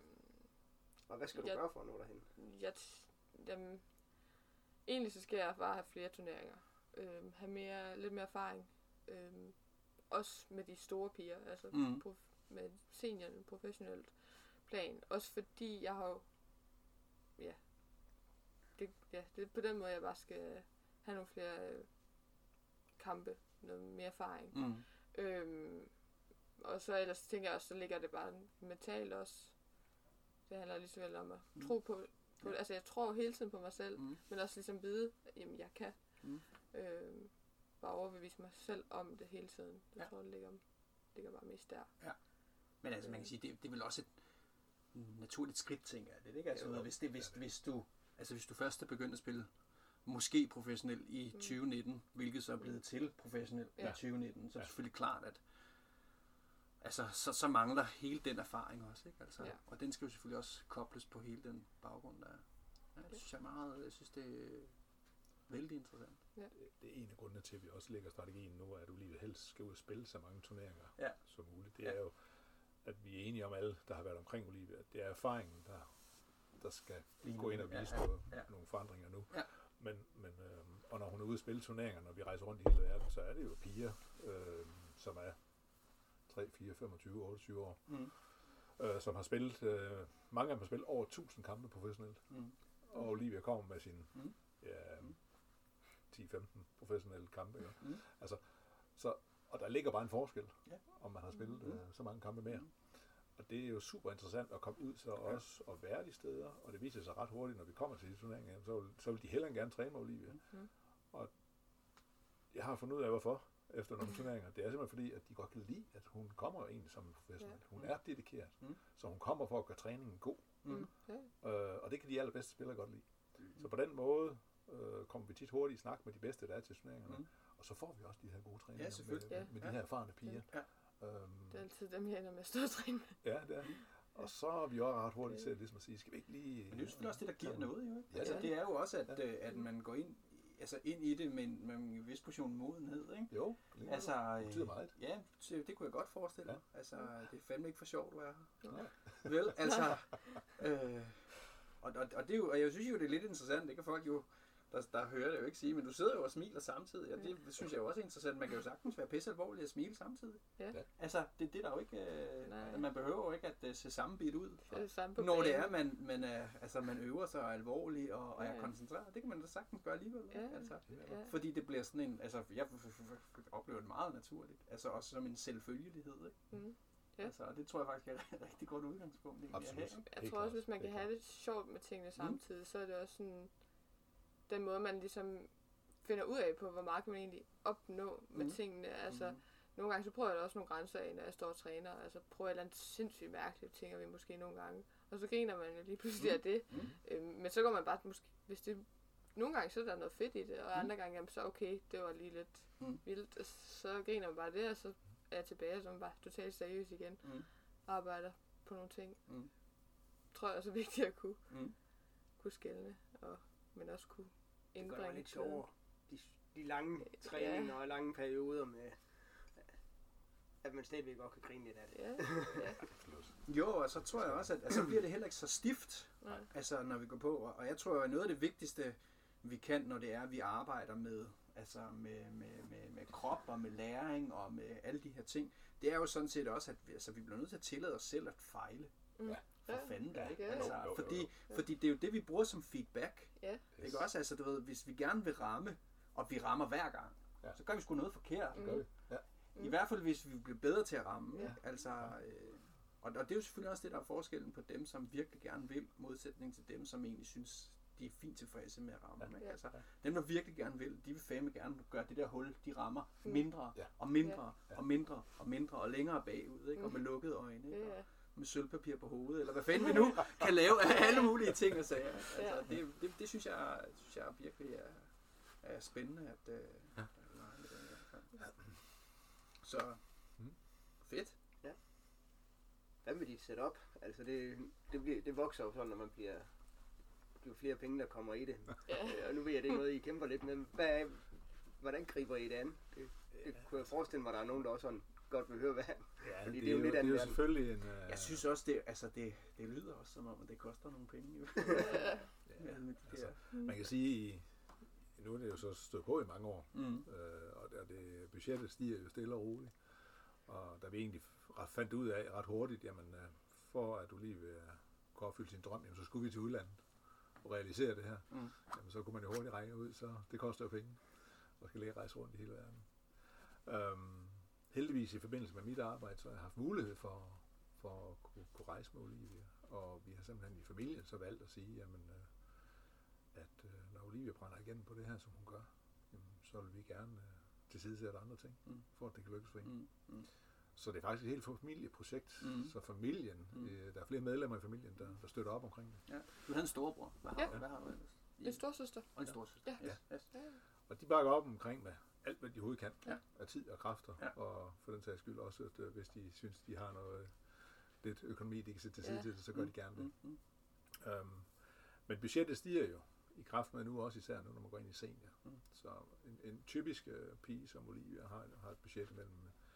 Og hvad skal du Jeg- gøre for at nå derhen? jeg, t- jamen, egentlig så skal jeg bare have flere turneringer, øh, have mere, lidt mere erfaring, øh, også med de store piger, altså Mm. prof- med seniorerne, professionelt plan. Også fordi jeg har jo, ja, det, ja, det er på den måde, jeg bare skal have nogle flere øh, kampe, noget mere erfaring. Mm. Øhm, og så ellers tænker jeg også, så ligger det bare mentalt også. Det handler lige så vel om at Mm. tro på, på Ja. altså jeg tror hele tiden på mig selv, Mm. men også ligesom vide, at jamen, jeg kan. Mm. Øhm, bare overbevise mig selv om det hele tiden. Jeg Ja. tror, det ligger, ligger bare mest der. Men altså, man kan sige, det, det er vel også et naturligt skridt, tænker jeg. Det er ikke altså, Jo. hvis, det, hvis, hvis, du, altså, hvis du først er begyndt at spille måske professionelt i Mm. tyve nitten, hvilket så er blevet til professionelt Ja. i tyve nitten, så er det Ja. selvfølgelig klart, at altså, så, så mangler hele den erfaring også. Ikke? Altså, Ja. Og den skal jo selvfølgelig også kobles på hele den baggrund, der er. Ja, det synes jeg er meget, jeg synes, det er vældig interessant. Det, det er en af grundene til, at vi også lægger strategien nu, at du lige helst skal ud og spille så mange turneringer Ja. som muligt. Det Ja. er jo, at vi er enige om alle, der har været omkring Olivia, at det er erfaringen, der, der skal Lige gå nu. ind og Ja, vise ja, noget, ja. nogle forandringer nu. Ja. Men, men, øh, og når hun er ude og spille turneringer, når vi rejser rundt i hele verden, så er det jo piger, øh, som er tre, fire, femogtyve, otteogtyve år, Mm. øh, som har spillet, øh, mange af dem har spillet over tusind kampe professionelt. Mm. Og Olivia kommer med sine Mm. ja, Mm. ti femten professionelle kampe. Ikke? Mm. Altså, så, og der ligger bare en forskel, Ja. om man har spillet Mm. øh, så mange kampe mere. Mm. Og det er jo super interessant at komme ud så også og være de steder, og det viser sig ret hurtigt, når vi kommer til de turneringer, så vil, så vil de heller gerne træne med Olivia. Mm. Og jeg har fundet ud af, hvorfor. efter nogle turneringer. Det er simpelthen fordi, at de godt kan lide, at hun kommer egentlig som en professionel. Ja. Hun er dedikeret, Mm. så hun kommer for at gøre træningen god. Mm. Ja. Øh, og det kan de allerbedste spillere godt lide. Så på den måde øh, kommer vi tit hurtigt i snak med de bedste, der er til turneringerne. Mm. Og så får vi også de her gode træninger Ja, med, selvfølgelig. med, Ja. med de Ja. her erfarne piger. Ja. Øhm, Det er altid dem, jeg ender med at stå og træne med. ja, det er. Og så er vi også ret hurtigt til ligesom at sige, skal vi ikke lige... Men det er jo selvfølgelig også det, der giver noget, jo ikke? Ja, Altså, ja. det er jo også, at, øh, at man går ind, altså ind i det med en, med en vis portion modenhed, ikke? Jo, lige Altså, det betyder meget. Ja, det, det kunne jeg godt forestille mig. Ja. Altså, det er fandme ikke for sjovt at være her. Nej. Vel, altså... Øh, og, og, og, det er jo, og jeg synes jo, det er lidt interessant, det kan folk jo, der, der hører det jo ikke sige, men du sidder jo og smiler samtidig, og det synes jeg jo også er interessant. Man kan jo sagtens være pisse alvorlig og smile samtidig. Ja. Altså, det, det er der jo ikke... Øh, Nej. man behøver jo ikke at uh, se sammenbidt ud. Det er det samme på Når det banen. er, man, man, er, altså, man øver sig alvorligt og, og Ja, er ja. koncentreret, det kan man da sagtens gøre alligevel. ikke? Ja. Altså, Ja. fordi det bliver sådan en, altså jeg f- f- f- oplever det meget naturligt, altså også som en selvfølgelighed, ikke? Mm. Ja. Altså, og det tror jeg faktisk er et rigtig godt udgangspunkt egentlig at have, Absolut. ikke? Jeg Helt tror også, klart. hvis man kan Helt have det sjovt med tingene samtidig, så er det også sådan den måde, man ligesom finder ud af på, hvor meget kan man egentlig opnå med Mhm. tingene. Altså, Mhm. nogle gange så prøver jeg da også nogle grænser af, når jeg står og træner. Altså, prøver jeg et eller andet sindssygt mærkeligt, tænker vi måske nogle gange. Og så griner man jo lige pludselig af det. Mm. Øhm, men så går man bare, måske, hvis det nogle gange så er der noget fedt i det, og Mm. andre gange, jamen, så okay, det var lige lidt Mm. vildt. Og så griner man bare af det, og så er jeg tilbage, og så er man bare totalt seriøs igen. Mm. Arbejder på nogle ting. Mm. Tror jeg også er vigtigt at kunne, Mm. kunne skelne, og, men også kunne Det gør det indbringe lidt glæde. sjovere. De, de lange træninger og lange perioder med, at man stadigvæk godt kan grine lidt af det. Ja, ja. Jo, og så tror jeg også, at altså, bliver det heller ikke så stift, Nej. altså når vi går på. Og jeg tror, at noget af det vigtigste, vi kan, når det er, at vi arbejder med, altså med, med, med, med krop og med læring og med alle de her ting, det er jo sådan set også, at vi, altså, vi bliver nødt til at tillade os selv at fejle. Mm. Ja, For fanden da. det gør Altså, jeg. Jo, jo, jo, fordi, jo. fordi det er jo det, vi bruger som feedback. Ja. Ikke også? Altså, du ved, hvis vi gerne vil ramme, og vi rammer hver gang, Ja. så gør vi sgu noget forkert. Det gør vi. Ja. I hvert fald, hvis vi bliver bedre til at ramme. Ja. Ikke? Altså, øh, og, og det er jo selvfølgelig også det, der er forskellen på dem, som virkelig gerne vil, modsætning til dem, som egentlig synes, de er fint tilfredse med at ramme. Ja. Ikke? Ja. Altså, dem, der virkelig gerne vil, de vil fandme gerne gøre det der hul, de rammer Mm. mindre Ja. og mindre Ja. og mindre og mindre og længere bagud, ikke? Og Mm. med lukkede øjne, ikke? Ja, Og med sølvpapir på hovedet, eller hvad fanden vi nu kan lave af alle mulige ting og sager. Altså, Ja. det, det, det synes jeg, synes jeg virkelig er, er spændende at, øh, Ja. at lege med det i hvert fald. Så Mm. fedt. Hvad med dit setup? Altså det, det, bliver, det vokser jo sådan, når man bliver, jo flere penge, der kommer i det. ja. Øh, Og nu ved jeg, det er noget, I kæmper lidt med. Hvad er, hvordan griber I det an? Det, det kunne jeg forestille mig, at der er nogen, der også sådan godt vil høre, hvad. Ja, Fordi det, det er jo lidt det er anden jo verden. selvfølgelig en... Uh, Jeg synes også, det, altså det, det lyder også som om, at det koster nogle penge. Jo. ja, Med alle de altså, der- man kan sige, i, nu er det jo så stået på i mange år, Mm. øh, og det, det, budgettet stiger jo stille og roligt. Og da vi egentlig ret, fandt ud af ret hurtigt, jamen øh, for at du lige vil øh, kunne opfylde sin drøm, jamen, så skulle vi til udlandet og realisere det her. Mm. Jamen, så kunne man jo hurtigt regne ud, så det koster jo penge, og skal ligge og rejse rundt i hele verden. Øhm, heldigvis i forbindelse med mit arbejde, så har jeg haft mulighed for, for at kunne, kunne rejse med Olivia, og vi har simpelthen i familien så valgt at sige, jamen, øh, at øh, når Olivia brænder igennem på det her, som hun gør, jamen, så vil vi gerne øh, tilsidesætte andre ting, Mm. for at det kan lykkes for hende. Mm. Mm. Så det er faktisk et helt familieprojekt, Mm. så familien, Mm. øh, der er flere medlemmer i familien, der, der støtter op omkring det. Ja. Du havde en storbror. Hvad har, Ja. du, hvad har du ellers? I- En storsøster. Og en storsøster. Ja. Yes. Yes. Ja. Og de bakker op omkring med alt, hvad de overhovedet kan, Ja. af tid og kræfter, Ja. og for den sags skyld også, at øh, hvis de synes, de har noget lidt økonomi, de kan sætte til side Ja. til det, så gør de gerne det. Mm. Mm. Øhm, men budgettet stiger jo i kraft med nu, også især nu, når man går ind i senior. Mm. Så en, en typisk øh, pige som Olivia har, har et budget mellem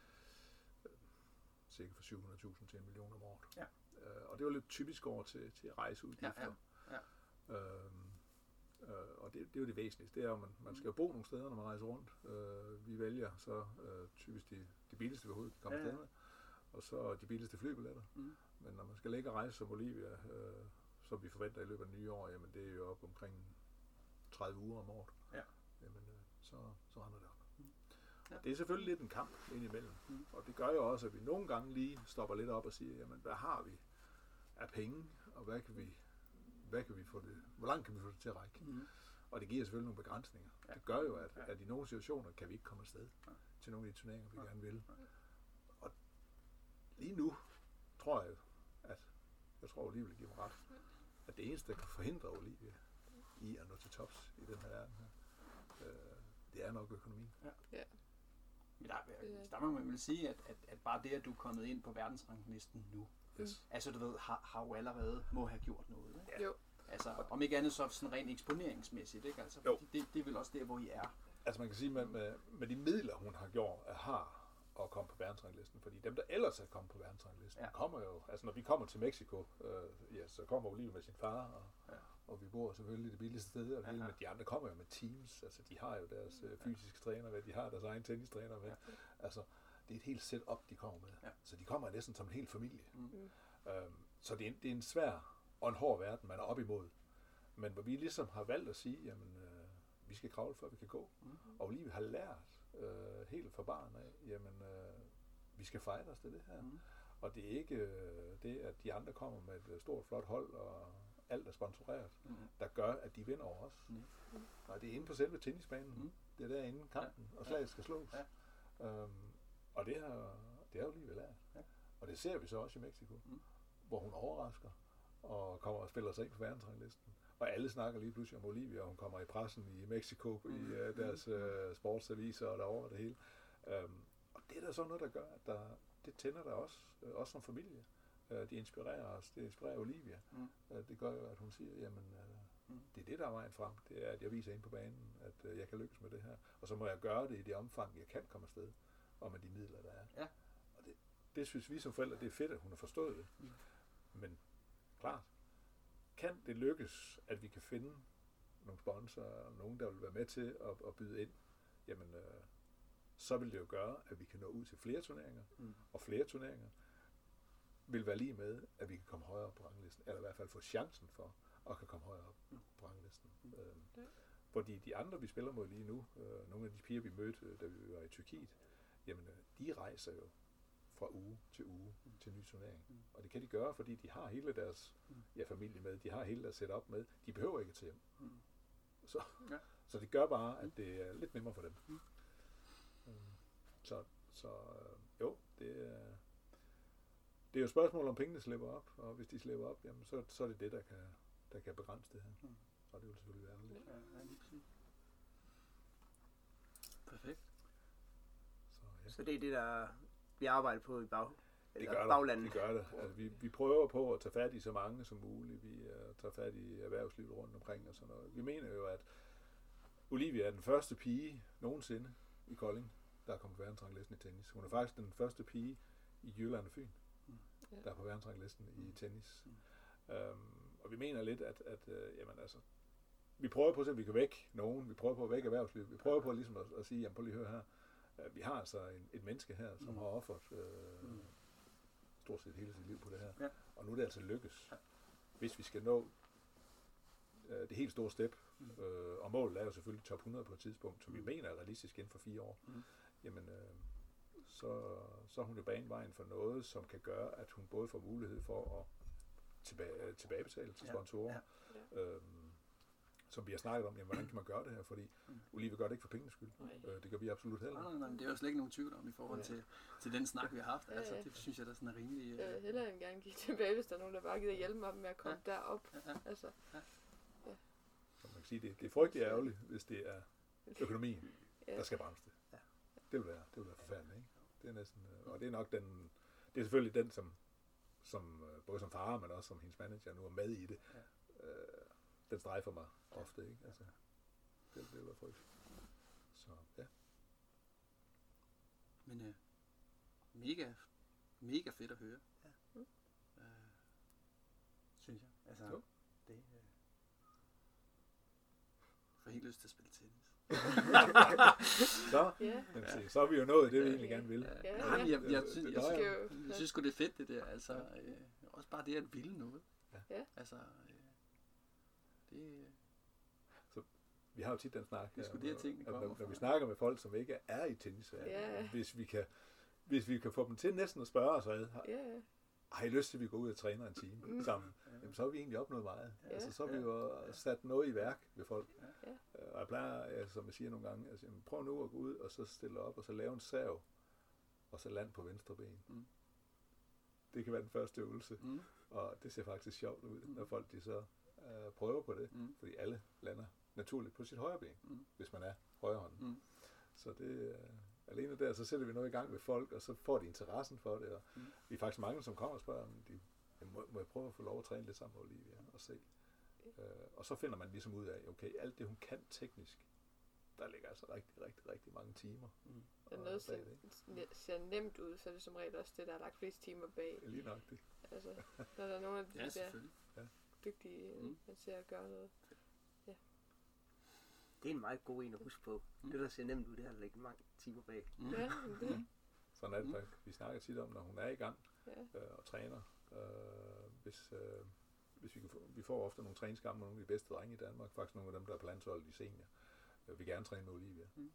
øh, cirka fra syv hundrede tusind til en million om året. Ja. Øh, og det var lidt typisk over til, til rejseudgifter. Ja, ja, Øhm, øh, og det, det er jo det væsentligste. Det er jo, at man, man skal jo bo nogle steder, når man rejser rundt. Øh, vi vælger så øh, typisk de, de billigste, vi overhovedet kan komme Ja, ja, ja. ja. med. Og så de billigste flybilletter. Mm. Men når man skal lægge og rejse som Olivia, øh, som vi forventer i løbet af det nye år, jamen det er jo op omkring tredive uger om året. Ja. Jamen øh, så, så render det op. Ja. Det er selvfølgelig lidt en kamp indimellem. Mm. Og det gør jo også, at vi nogle gange lige stopper lidt op og siger, jamen hvad har vi af penge, og hvad kan vi, hvad kan vi få det, hvor langt kan vi få det til at række? Mm. Og det giver selvfølgelig nogle begrænsninger. Ja. Det gør jo, at, Ja. at i nogle situationer kan vi ikke komme afsted Ja. til nogle af de turneringer, vi Ja. gerne vil. Og lige nu tror jeg, at jeg tror, Olivia vil give mig ret, at det eneste, der kan forhindre Olivia i at nå til tops i den her verden her, øh, det er nok økonomien. Men der, der må man vel sige, at, at, at bare det, at du er kommet ind på verdensranglisten nu, Yes. altså du ved, har, har jo allerede må have gjort noget. Ikke? Ja. Jo. Altså, om ikke andet så sådan rent eksponeringsmæssigt, ikke? Altså, Jo. det, det er vel også der, hvor I er. Altså man kan sige, med, med, med de midler, hun har gjort, at har at komme på verdensranglisten, fordi dem, der ellers er kommet på verdensranglisten, Ja. ja. kommer jo, altså når vi kommer til Mexico, øh, ja, så kommer Olivia med sin far, og, Ja. ja. og vi bor selvfølgelig det billigste sted, og det Ja, hele, ja. men de andre kommer jo med teams, altså de har jo deres øh, fysiske træner med, de har deres egen tennistræner med, Ja. altså det er et helt setup, de kommer med, Ja. så de kommer næsten som en hel familie. Mm. Øhm, så det er, en, det er en svær og en hård verden, man er op imod, men hvor vi ligesom har valgt at sige, jamen øh, vi skal kravle, før vi kan gå, Mm. og Olivia har lært øh, helt fra barn af, jamen øh, vi skal fejre os til det her. Mm. Og det er ikke øh, det, at de andre kommer med et øh, stort, flot hold, og alt er sponsoreret, Mm. der gør, at de vinder over os. Mm. Og det er inde på selve tennisbanen. Mm. Det er derinde kampen, og slaget skal slås. Øhm, og det har, det har Olivia lært. Ja. Og det ser vi så også i Mexico, Mm. hvor hun overrasker, og kommer og spiller sig ind på verdensranglisten. Og alle snakker lige pludselig om Olivia, og hun kommer i pressen i Mexico, i Mm. uh, deres uh, sportsaviser og derovre det hele. Um, og det er der sådan noget, der gør, at der, det tænder der også, uh, også som familie. Uh, det inspirerer os, det inspirerer Olivia. Mm. Uh, det gør jo, at hun siger, jamen, uh, Mm. det er det, der er vejen frem. Det er, at jeg viser ind på banen, at uh, jeg kan lykkes med det her. Og så må jeg gøre det i det omfang, jeg kan komme afsted, og med de midler, der er. Ja. Og det, det synes vi som forældre, det er fedt, at hun har forstået det. Mm. Men klart, kan det lykkes, at vi kan finde nogle sponsorer, nogen, der vil være med til at, at byde ind, jamen, øh, så vil det jo gøre, at vi kan nå ud til flere turneringer, Mm. og flere turneringer vil være lige med, at vi kan komme højere op på ranglisten, eller i hvert fald få chancen for at kan komme højere op Mm. på ranglisten. Mm. Øhm, Ja. Fordi de andre, vi spiller mod lige nu, øh, nogle af de piger, vi mødte, øh, da vi var i Tyrkiet, jamen, øh, de rejser jo fra uge til uge Mm. til ny turnering. Mm. Og det kan de gøre, fordi de har hele deres Mm. ja, familie med, de har hele deres setup med, de behøver ikke til hjem. Mm. Så, Ja. så det gør bare, at det er lidt nemmere for dem. Mm. Øhm, Så, så øh, jo, det er, det er jo et spørgsmål, om pengene slipper op, og hvis de slipper op, jamen, så, så er det det, der kan, der kan begrænse det her. Mm. Og det vil selvfølgelig være lidt. Ja, ja, lige præcis. Perfekt. Så, ja. Så det er det, der vi arbejder på i bag, Det eller gør det. baglandet. Det gør det. Altså, vi, vi prøver på at tage fat i så mange som muligt. Vi uh, tager fat i erhvervslivet rundt omkring og sådan noget. Vi mener jo, at Olivia er den første pige nogensinde i Kolding, der er kommet på verdensranglisten i tennis. Hun er faktisk den første pige i Jylland og Fyn, Mm. der er på verdensranglisten i tennis. Mm. Um, og vi mener lidt, at, at uh, jamen, altså, vi prøver på at se, at vi kan vække nogen. Vi prøver på at vække erhvervslivet. Vi prøver på ligesom at, at sige, jamen prøv lige at høre her. Uh, vi har altså en, et menneske her, som Mm. har offeret uh, Mm. stort set hele sit liv på det her. Ja. Og nu er det altså lykkes. Ja. Hvis vi skal nå øh, det helt store step, Mm. øh, og målet er jo selvfølgelig top hundrede på et tidspunkt, som vi Mm. mener er realistisk inden for fire år, Mm. jamen øh, så, så er hun jo banevejen for noget, som kan gøre, at hun både får mulighed for at tilbage, tilbagebetale til Ja. sponsorer, Ja. øhm, som vi har snakket om, jamen, hvordan kan man gøre det her, fordi Mm. Olivia gør det ikke for pengenes skyld. Nej. Øh, det gør vi absolut heller Nej, ikke. nej, nej, men det er jo slet ikke nogen tvivl om i forhold Ja. til, til den snak, vi har haft. Ja, Altså, ja. det synes jeg, der sådan er rimelig... øh, Jeg vil hellere end gerne give tilbage, hvis der er nogen, der bare gider hjælpe mig med at komme ja. derop. Ja, ja. Altså, Så man kan sige, det, det er frygtelig ærgerligt, hvis det er økonomien, ja. der skal bremse det. Ja. Det vil være, det vil være forfærdeligt, ikke? Det er næsten, øh, og det er nok den, det er selvfølgelig den, som, som øh, både som far, men også som hendes manager nu er med i det. Ja. Øh, den strejfer mig ofte, ikke? Altså, det, det vil være frygteligt. Så, ja. Men øh, mega, mega fedt at høre. Ja. Mm. Øh, synes jeg. Altså, Jo. det øh, får helt lyst til at spille tennis. Så, Ja. lad os se, så er vi jo nået det, vi egentlig gerne vil. Ja, Ja, nej, men jeg, jeg, jeg, synes, Nå, jeg, ja. synes, Skal jo- jeg synes sgu, det er fedt, det der. Altså, øh, også bare det at ville noget. Ja. Ja. Altså, øh, det... Vi har jo tit den snak, Det er sgu her, det, tingene at kommer når, når fra. vi snakker med folk, som ikke er i tennis, Ja. hvis vi kan hvis vi kan få dem til næsten at spørge os ad, Ja, ja. har I lyst til, at vi går ud og træner en time Mm. sammen? Jamen, så har vi egentlig opnået meget. Ja. Altså, så har vi Ja. jo sat noget i værk ved folk. Ja. Øh, Og jeg plejer, altså, som jeg siger nogle gange, altså, jamen, prøv nu at gå ud og så stille op, og så lave en sav, og så land på venstre ben. Mm. Det kan være den første øvelse, Mm. og det ser faktisk sjovt ud, Mm. når folk de så øh, prøver på det, Mm. fordi alle lander naturligt på sit højre ben, Mm. hvis man er højrehåndet. Mm. Så det, øh, alene der, så sætter vi noget i gang med folk, og så får de interessen for det, og Mm. vi er faktisk mange, som kommer og spørger, om de, jamen, må, må jeg prøve at få lov at træne lidt sammen med Olivia og se. Øh, og så finder man ligesom ud af, okay, alt det hun kan teknisk, der ligger altså rigtig, rigtig, rigtig mange timer. Mm. Når Og noget bag ser, ne- ser nemt ud, så er det som regel også det, der er lagt flest timer bag. Lige nok det. Altså, når der er nogle af de Ja, der selvfølgelig. dygtige, Mm. mm. man ser at gøre noget. Det er en meget god en at huske på. Mm. Det, der ser nemt ud, det har der ligget mange timer bag. Mm. Ja, men det, Sådan er det Mm. faktisk. Vi snakker tit om, når hun er i gang ja. øh, og træner. Øh, hvis, øh, hvis vi, kan få, vi får ofte nogle træningskampe med nogle af de bedste drenge i Danmark. Faktisk nogle af dem, der er på landsholdet i senior. Øh, vil gerne træne med Olivia. Mm.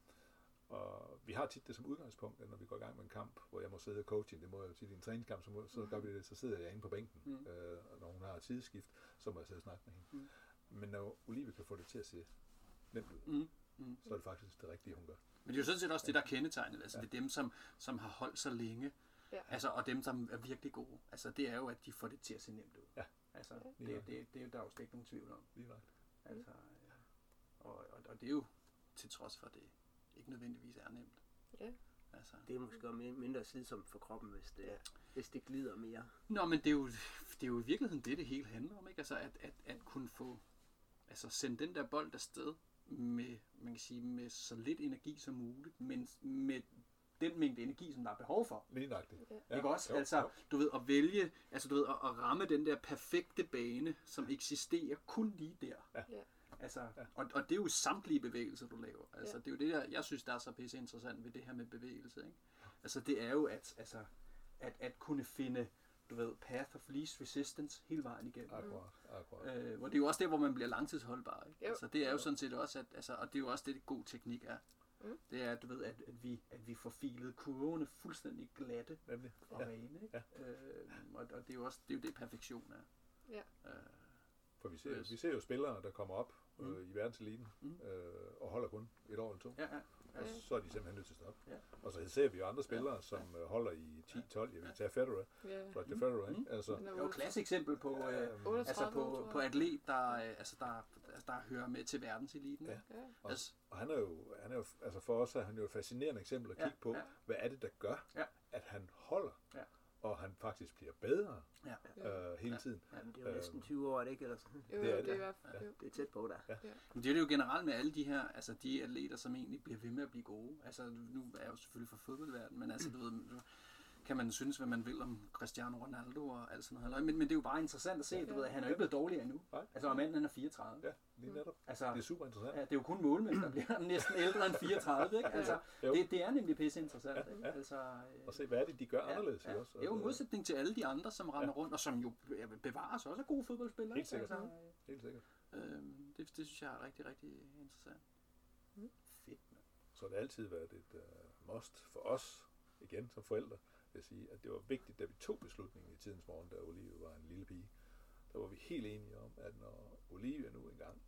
Og vi har tit det som udgangspunkt, at når vi går i gang med en kamp, hvor jeg må sidde og coache, det må jeg jo tit i en træningskamp, så, må, så gør vi det, så sidder jeg inde på bænken. Mm. Øh, og når hun har et tidsskift, så må jeg sidde og snakke med hende. Mm. Men når Olivia kan få det til at se nemt ud, Mm. Mm. så er det faktisk det rigtige, hun gør. Men det er jo sådan set også det, der er kendetegnet. Altså, Ja. det er dem, som, som har holdt så længe. Ja. Altså, og dem, som er virkelig gode. Altså, det er jo, at de får det til at se nemt ud. Ja. Altså, Ja. det, det, det er jo der er jo slet ikke nogen tvivl om. Lige nok. Altså, ja. og, og, og det er jo til trods for, at det ikke nødvendigvis er nemt. Ja. Altså. Det er måske også min- mindre slidsomt for kroppen, hvis det, Ja. hvis det glider mere. Nå, men det er, jo, det er jo i virkeligheden det, det hele handler om. Ikke? Altså, at, at, at kunne få, altså sende den der bold afsted med, man kan sige, med så lidt energi som muligt, men med den mængde energi, som der er behov for. Lige nok det. Ja. Ja, ikke også? jo, Altså, jo. du ved, at vælge, altså du ved, at, at ramme den der perfekte bane, som eksisterer kun lige der. Ja. Ja. Altså, Ja. og, og det er jo samtlige bevægelser, du laver. Altså, Ja. det er jo det, der, jeg synes, der er så pisse interessant ved det her med bevægelse, ikke? Altså, det er jo at, altså, at, at kunne finde, du ved, path of least resistance hele vejen igennem. Akkurat, akkurat. Øh, hvor det er jo også der, hvor man bliver langtidsholdbar. Ikke? Jo. Altså, det er jo sådan set også, at, altså, og det er jo også det, det god teknik er. Mm. Det er, du ved, at, at, vi, at vi får filet kurvene fuldstændig glatte Nemlig. og Ja. rene. Ikke? Ja. Øh, og, og det er jo også det, er jo det perfektion er. Ja. Øh, For vi ser, Yes. vi ser jo spillere, der kommer op øh, Mm. i verdenseliten Mm. øh, og holder kun et år eller to. ja, ja. Og Ja. så er de simpelthen nødt til at stoppe. Ja. Og så ser vi jo andre spillere, som øh, holder i ti tolv. Jeg vil tage Federer. Ja. Roger Federer, Mm. ikke? Altså, Han er Det er jo et klassisk eksempel på, øh, øhm, altså otteogtredive, på, tror på jeg. atlet, der, øh, altså der, altså der hører med til verdenseliten. Ja. ikke? Ja. og, Altså, og han er jo, han er jo, altså for os er han jo et fascinerende eksempel at Ja, kigge på, ja. hvad er det, der gør, Ja. at han holder, Ja. og han faktisk bliver bedre ja. øh, hele Ja. tiden. Jamen, det er jo Øhm. næsten tyve år, er det ikke? Eller sådan. Jo, Det er det, det. er i hvert fald. Ja. Jo. Det er tæt på der. Men det er det jo generelt med alle de her, altså de atleter, som egentlig bliver ved med at blive gode. Altså nu er jeg jo selvfølgelig fra fodboldverdenen, men altså du ved, nu kan man synes, hvad man vil om Cristiano Ronaldo og alt sådan noget. Men, men det er jo bare interessant at se, Ja. du ved, at han er jo ikke blevet dårligere endnu. Nej. Altså og manden han er fireogtredive. Ja, lige netop. Altså, Det er super interessant. ja, det er jo kun målmænd, der bliver næsten ældre end fireogtredive, ikke? Altså, Jo. det, det er nemlig pisse interessant, Ja, ikke? ja. Altså, øh, Og se, hvad er det, de gør anderledes. Ja, ikke ja. også? Det er jo en Og, modsætning til alle de andre, som render rundt, og som jo ja, bevares også af gode fodboldspillere. Helt ikke? sikkert. Altså, Helt sikkert. øh, det, det synes jeg er rigtig, rigtig interessant. Mm. Fedt, mand. Så har det altid været et uh, must for os, igen som forældre, vil jeg sige, at det var vigtigt, da vi tog beslutningen i tidens morgen, da Olivia var en lille pige. Der var vi helt enige om, at når Olivia nu engang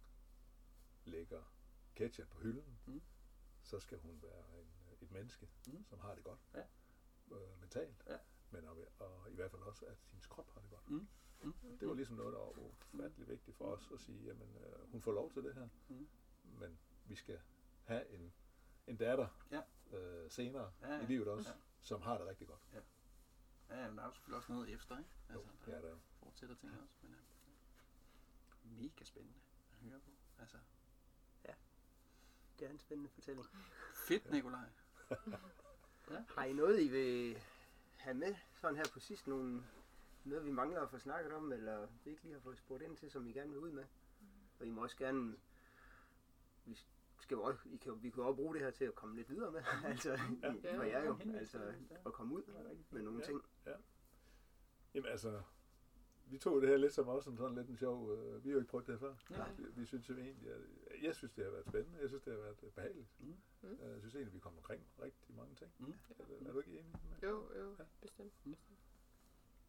lægger ketchup på hylden, Mm. så skal hun være en, et menneske, Mm. som har det godt Ja. øh, mentalt, Ja. men og, og i hvert fald også, at hendes krop har det godt. Mm. Mm. Det var ligesom noget, der var ufattelig vigtigt for os at sige, jamen øh, hun får lov til det her, Mm. men vi skal have en, en datter Ja. øh, senere Ja, ja. i livet også, Ja. som har det rigtig godt. Ja, men der er jo selvfølgelig også noget efter, ikke? Altså, Jo, der ja, der er jo. fortsætter ting også, men ja. Mega spændende at høre på. Altså, Det er en spændende fortælling. fedt, Nikolaj. Har I noget, I vil have med sådan her på sidst? Nogle, noget, vi mangler at få snakket om, eller vi ikke lige har fået spurgt ind til, som I gerne vil ud med? Og I må også gerne... Vi skal jo også, I kan, vi kan jo også bruge det her til at komme lidt videre med. altså, Ja. for jer jo. Henvise Altså, til det, ja. at komme ud med nogle Ja. ting. Jamen altså, vi tog det her lidt som også som sådan lidt en sjov, øh, vi har jo ikke prøvet det her før. Ja. Vi, vi synes jo egentlig, at, jeg synes det har været spændende, jeg synes det har været behageligt. Mm. Mm. Øh, Jeg synes egentlig, vi kommer omkring rigtig mange ting. Mm. Er, er du ikke enig med? Jo, jo, Ja. bestemt. Mm.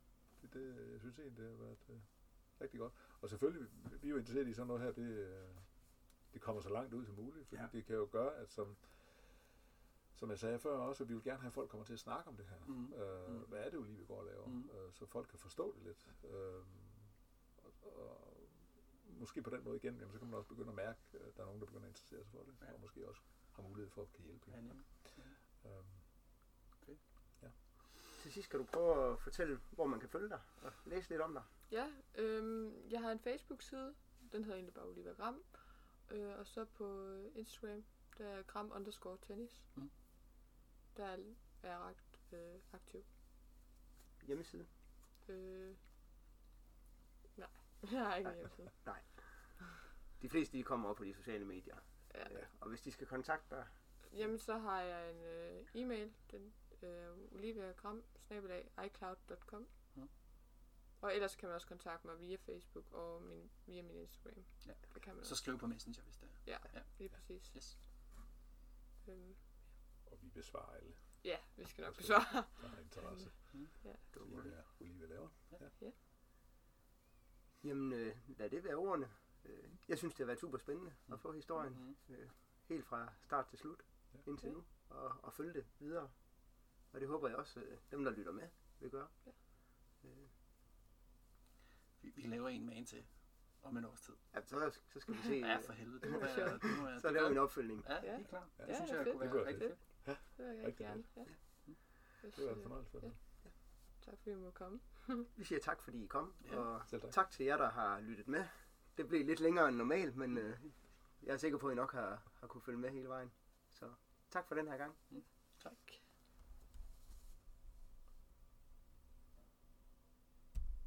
det, det, jeg synes egentlig, det har været øh, rigtig godt. Og selvfølgelig, vi er jo interesseret i sådan noget her, det, øh, det kommer så langt ud som muligt, fordi ja. det kan jo gøre, at som, som jeg sagde før også, at vi vil gerne have, at folk kommer til at snakke om det her. Mm. Øh, mm. Hvad er det jo lige, vi går og laver? Mm. Øh, så folk kan forstå det lidt. Øh, og, og måske på den måde igen, jamen, så kan man også begynde at mærke, at der er nogen, der begynder at interessere sig for det, ja. og måske også har mulighed for at kan hjælpe. Ja, ja. Øhm, okay. Ja. Til sidst kan du prøve at fortælle, hvor man kan følge dig og læse lidt om dig. Ja, øhm, jeg har en Facebook-side, den hedder egentlig bare Olivia Gram, øh, og så på Instagram, der er gram underscore tennis. Mm. Der er jeg ret øh, aktiv. Hjemmeside? Øh, nej, jeg har ikke en hjemmeside. Nej. De fleste de kommer op på de sociale medier. Ja. Ja. Og hvis de skal kontakte dig? Jamen, så har jeg en øh, e-mail, den øh, oliviagram snabel-a icloud punktum com. Mm. Og ellers kan man også kontakte mig via Facebook og min, via min Instagram. Ja. Det kan man så skriv på Messenger, hvis det er. Ja, ja. lige præcis. Yes. Øhm. Og vi besvarer alle. Ja, vi skal nok besvare. Der har interesse. Mm. Ja. Det var det, Olivia laver. Ja. Ja. Jamen, øh, lad det være ordene. Øh, jeg synes, det har været super spændende at få historien. Mm-hmm. Øh, helt fra start til slut, ja. indtil ja. nu, og, og følge det videre. Og det håber jeg også, øh, dem der lytter med, vil gøre. Ja. Øh. Vi, vi laver en med en til om en års tid. Ja, så, så skal vi se. Ja, for helvede. Det må være, det må være, så laver vi en opfølgning. Ja, ja, helt klart. Ja, det ja, synes det jeg fedt. kunne være rigtig fedt. Ja, det vil jeg rigtig gerne. Ja. Det var en fornøjelse. Ja. Ja. Tak fordi I må komme. Vi siger tak fordi I kom, ja, og tak. tak til jer der har lyttet med. Det blev lidt længere end normalt, men øh, jeg er sikker på at I nok har, har kunne følge med hele vejen. Så tak for den her gang. Mm. Tak.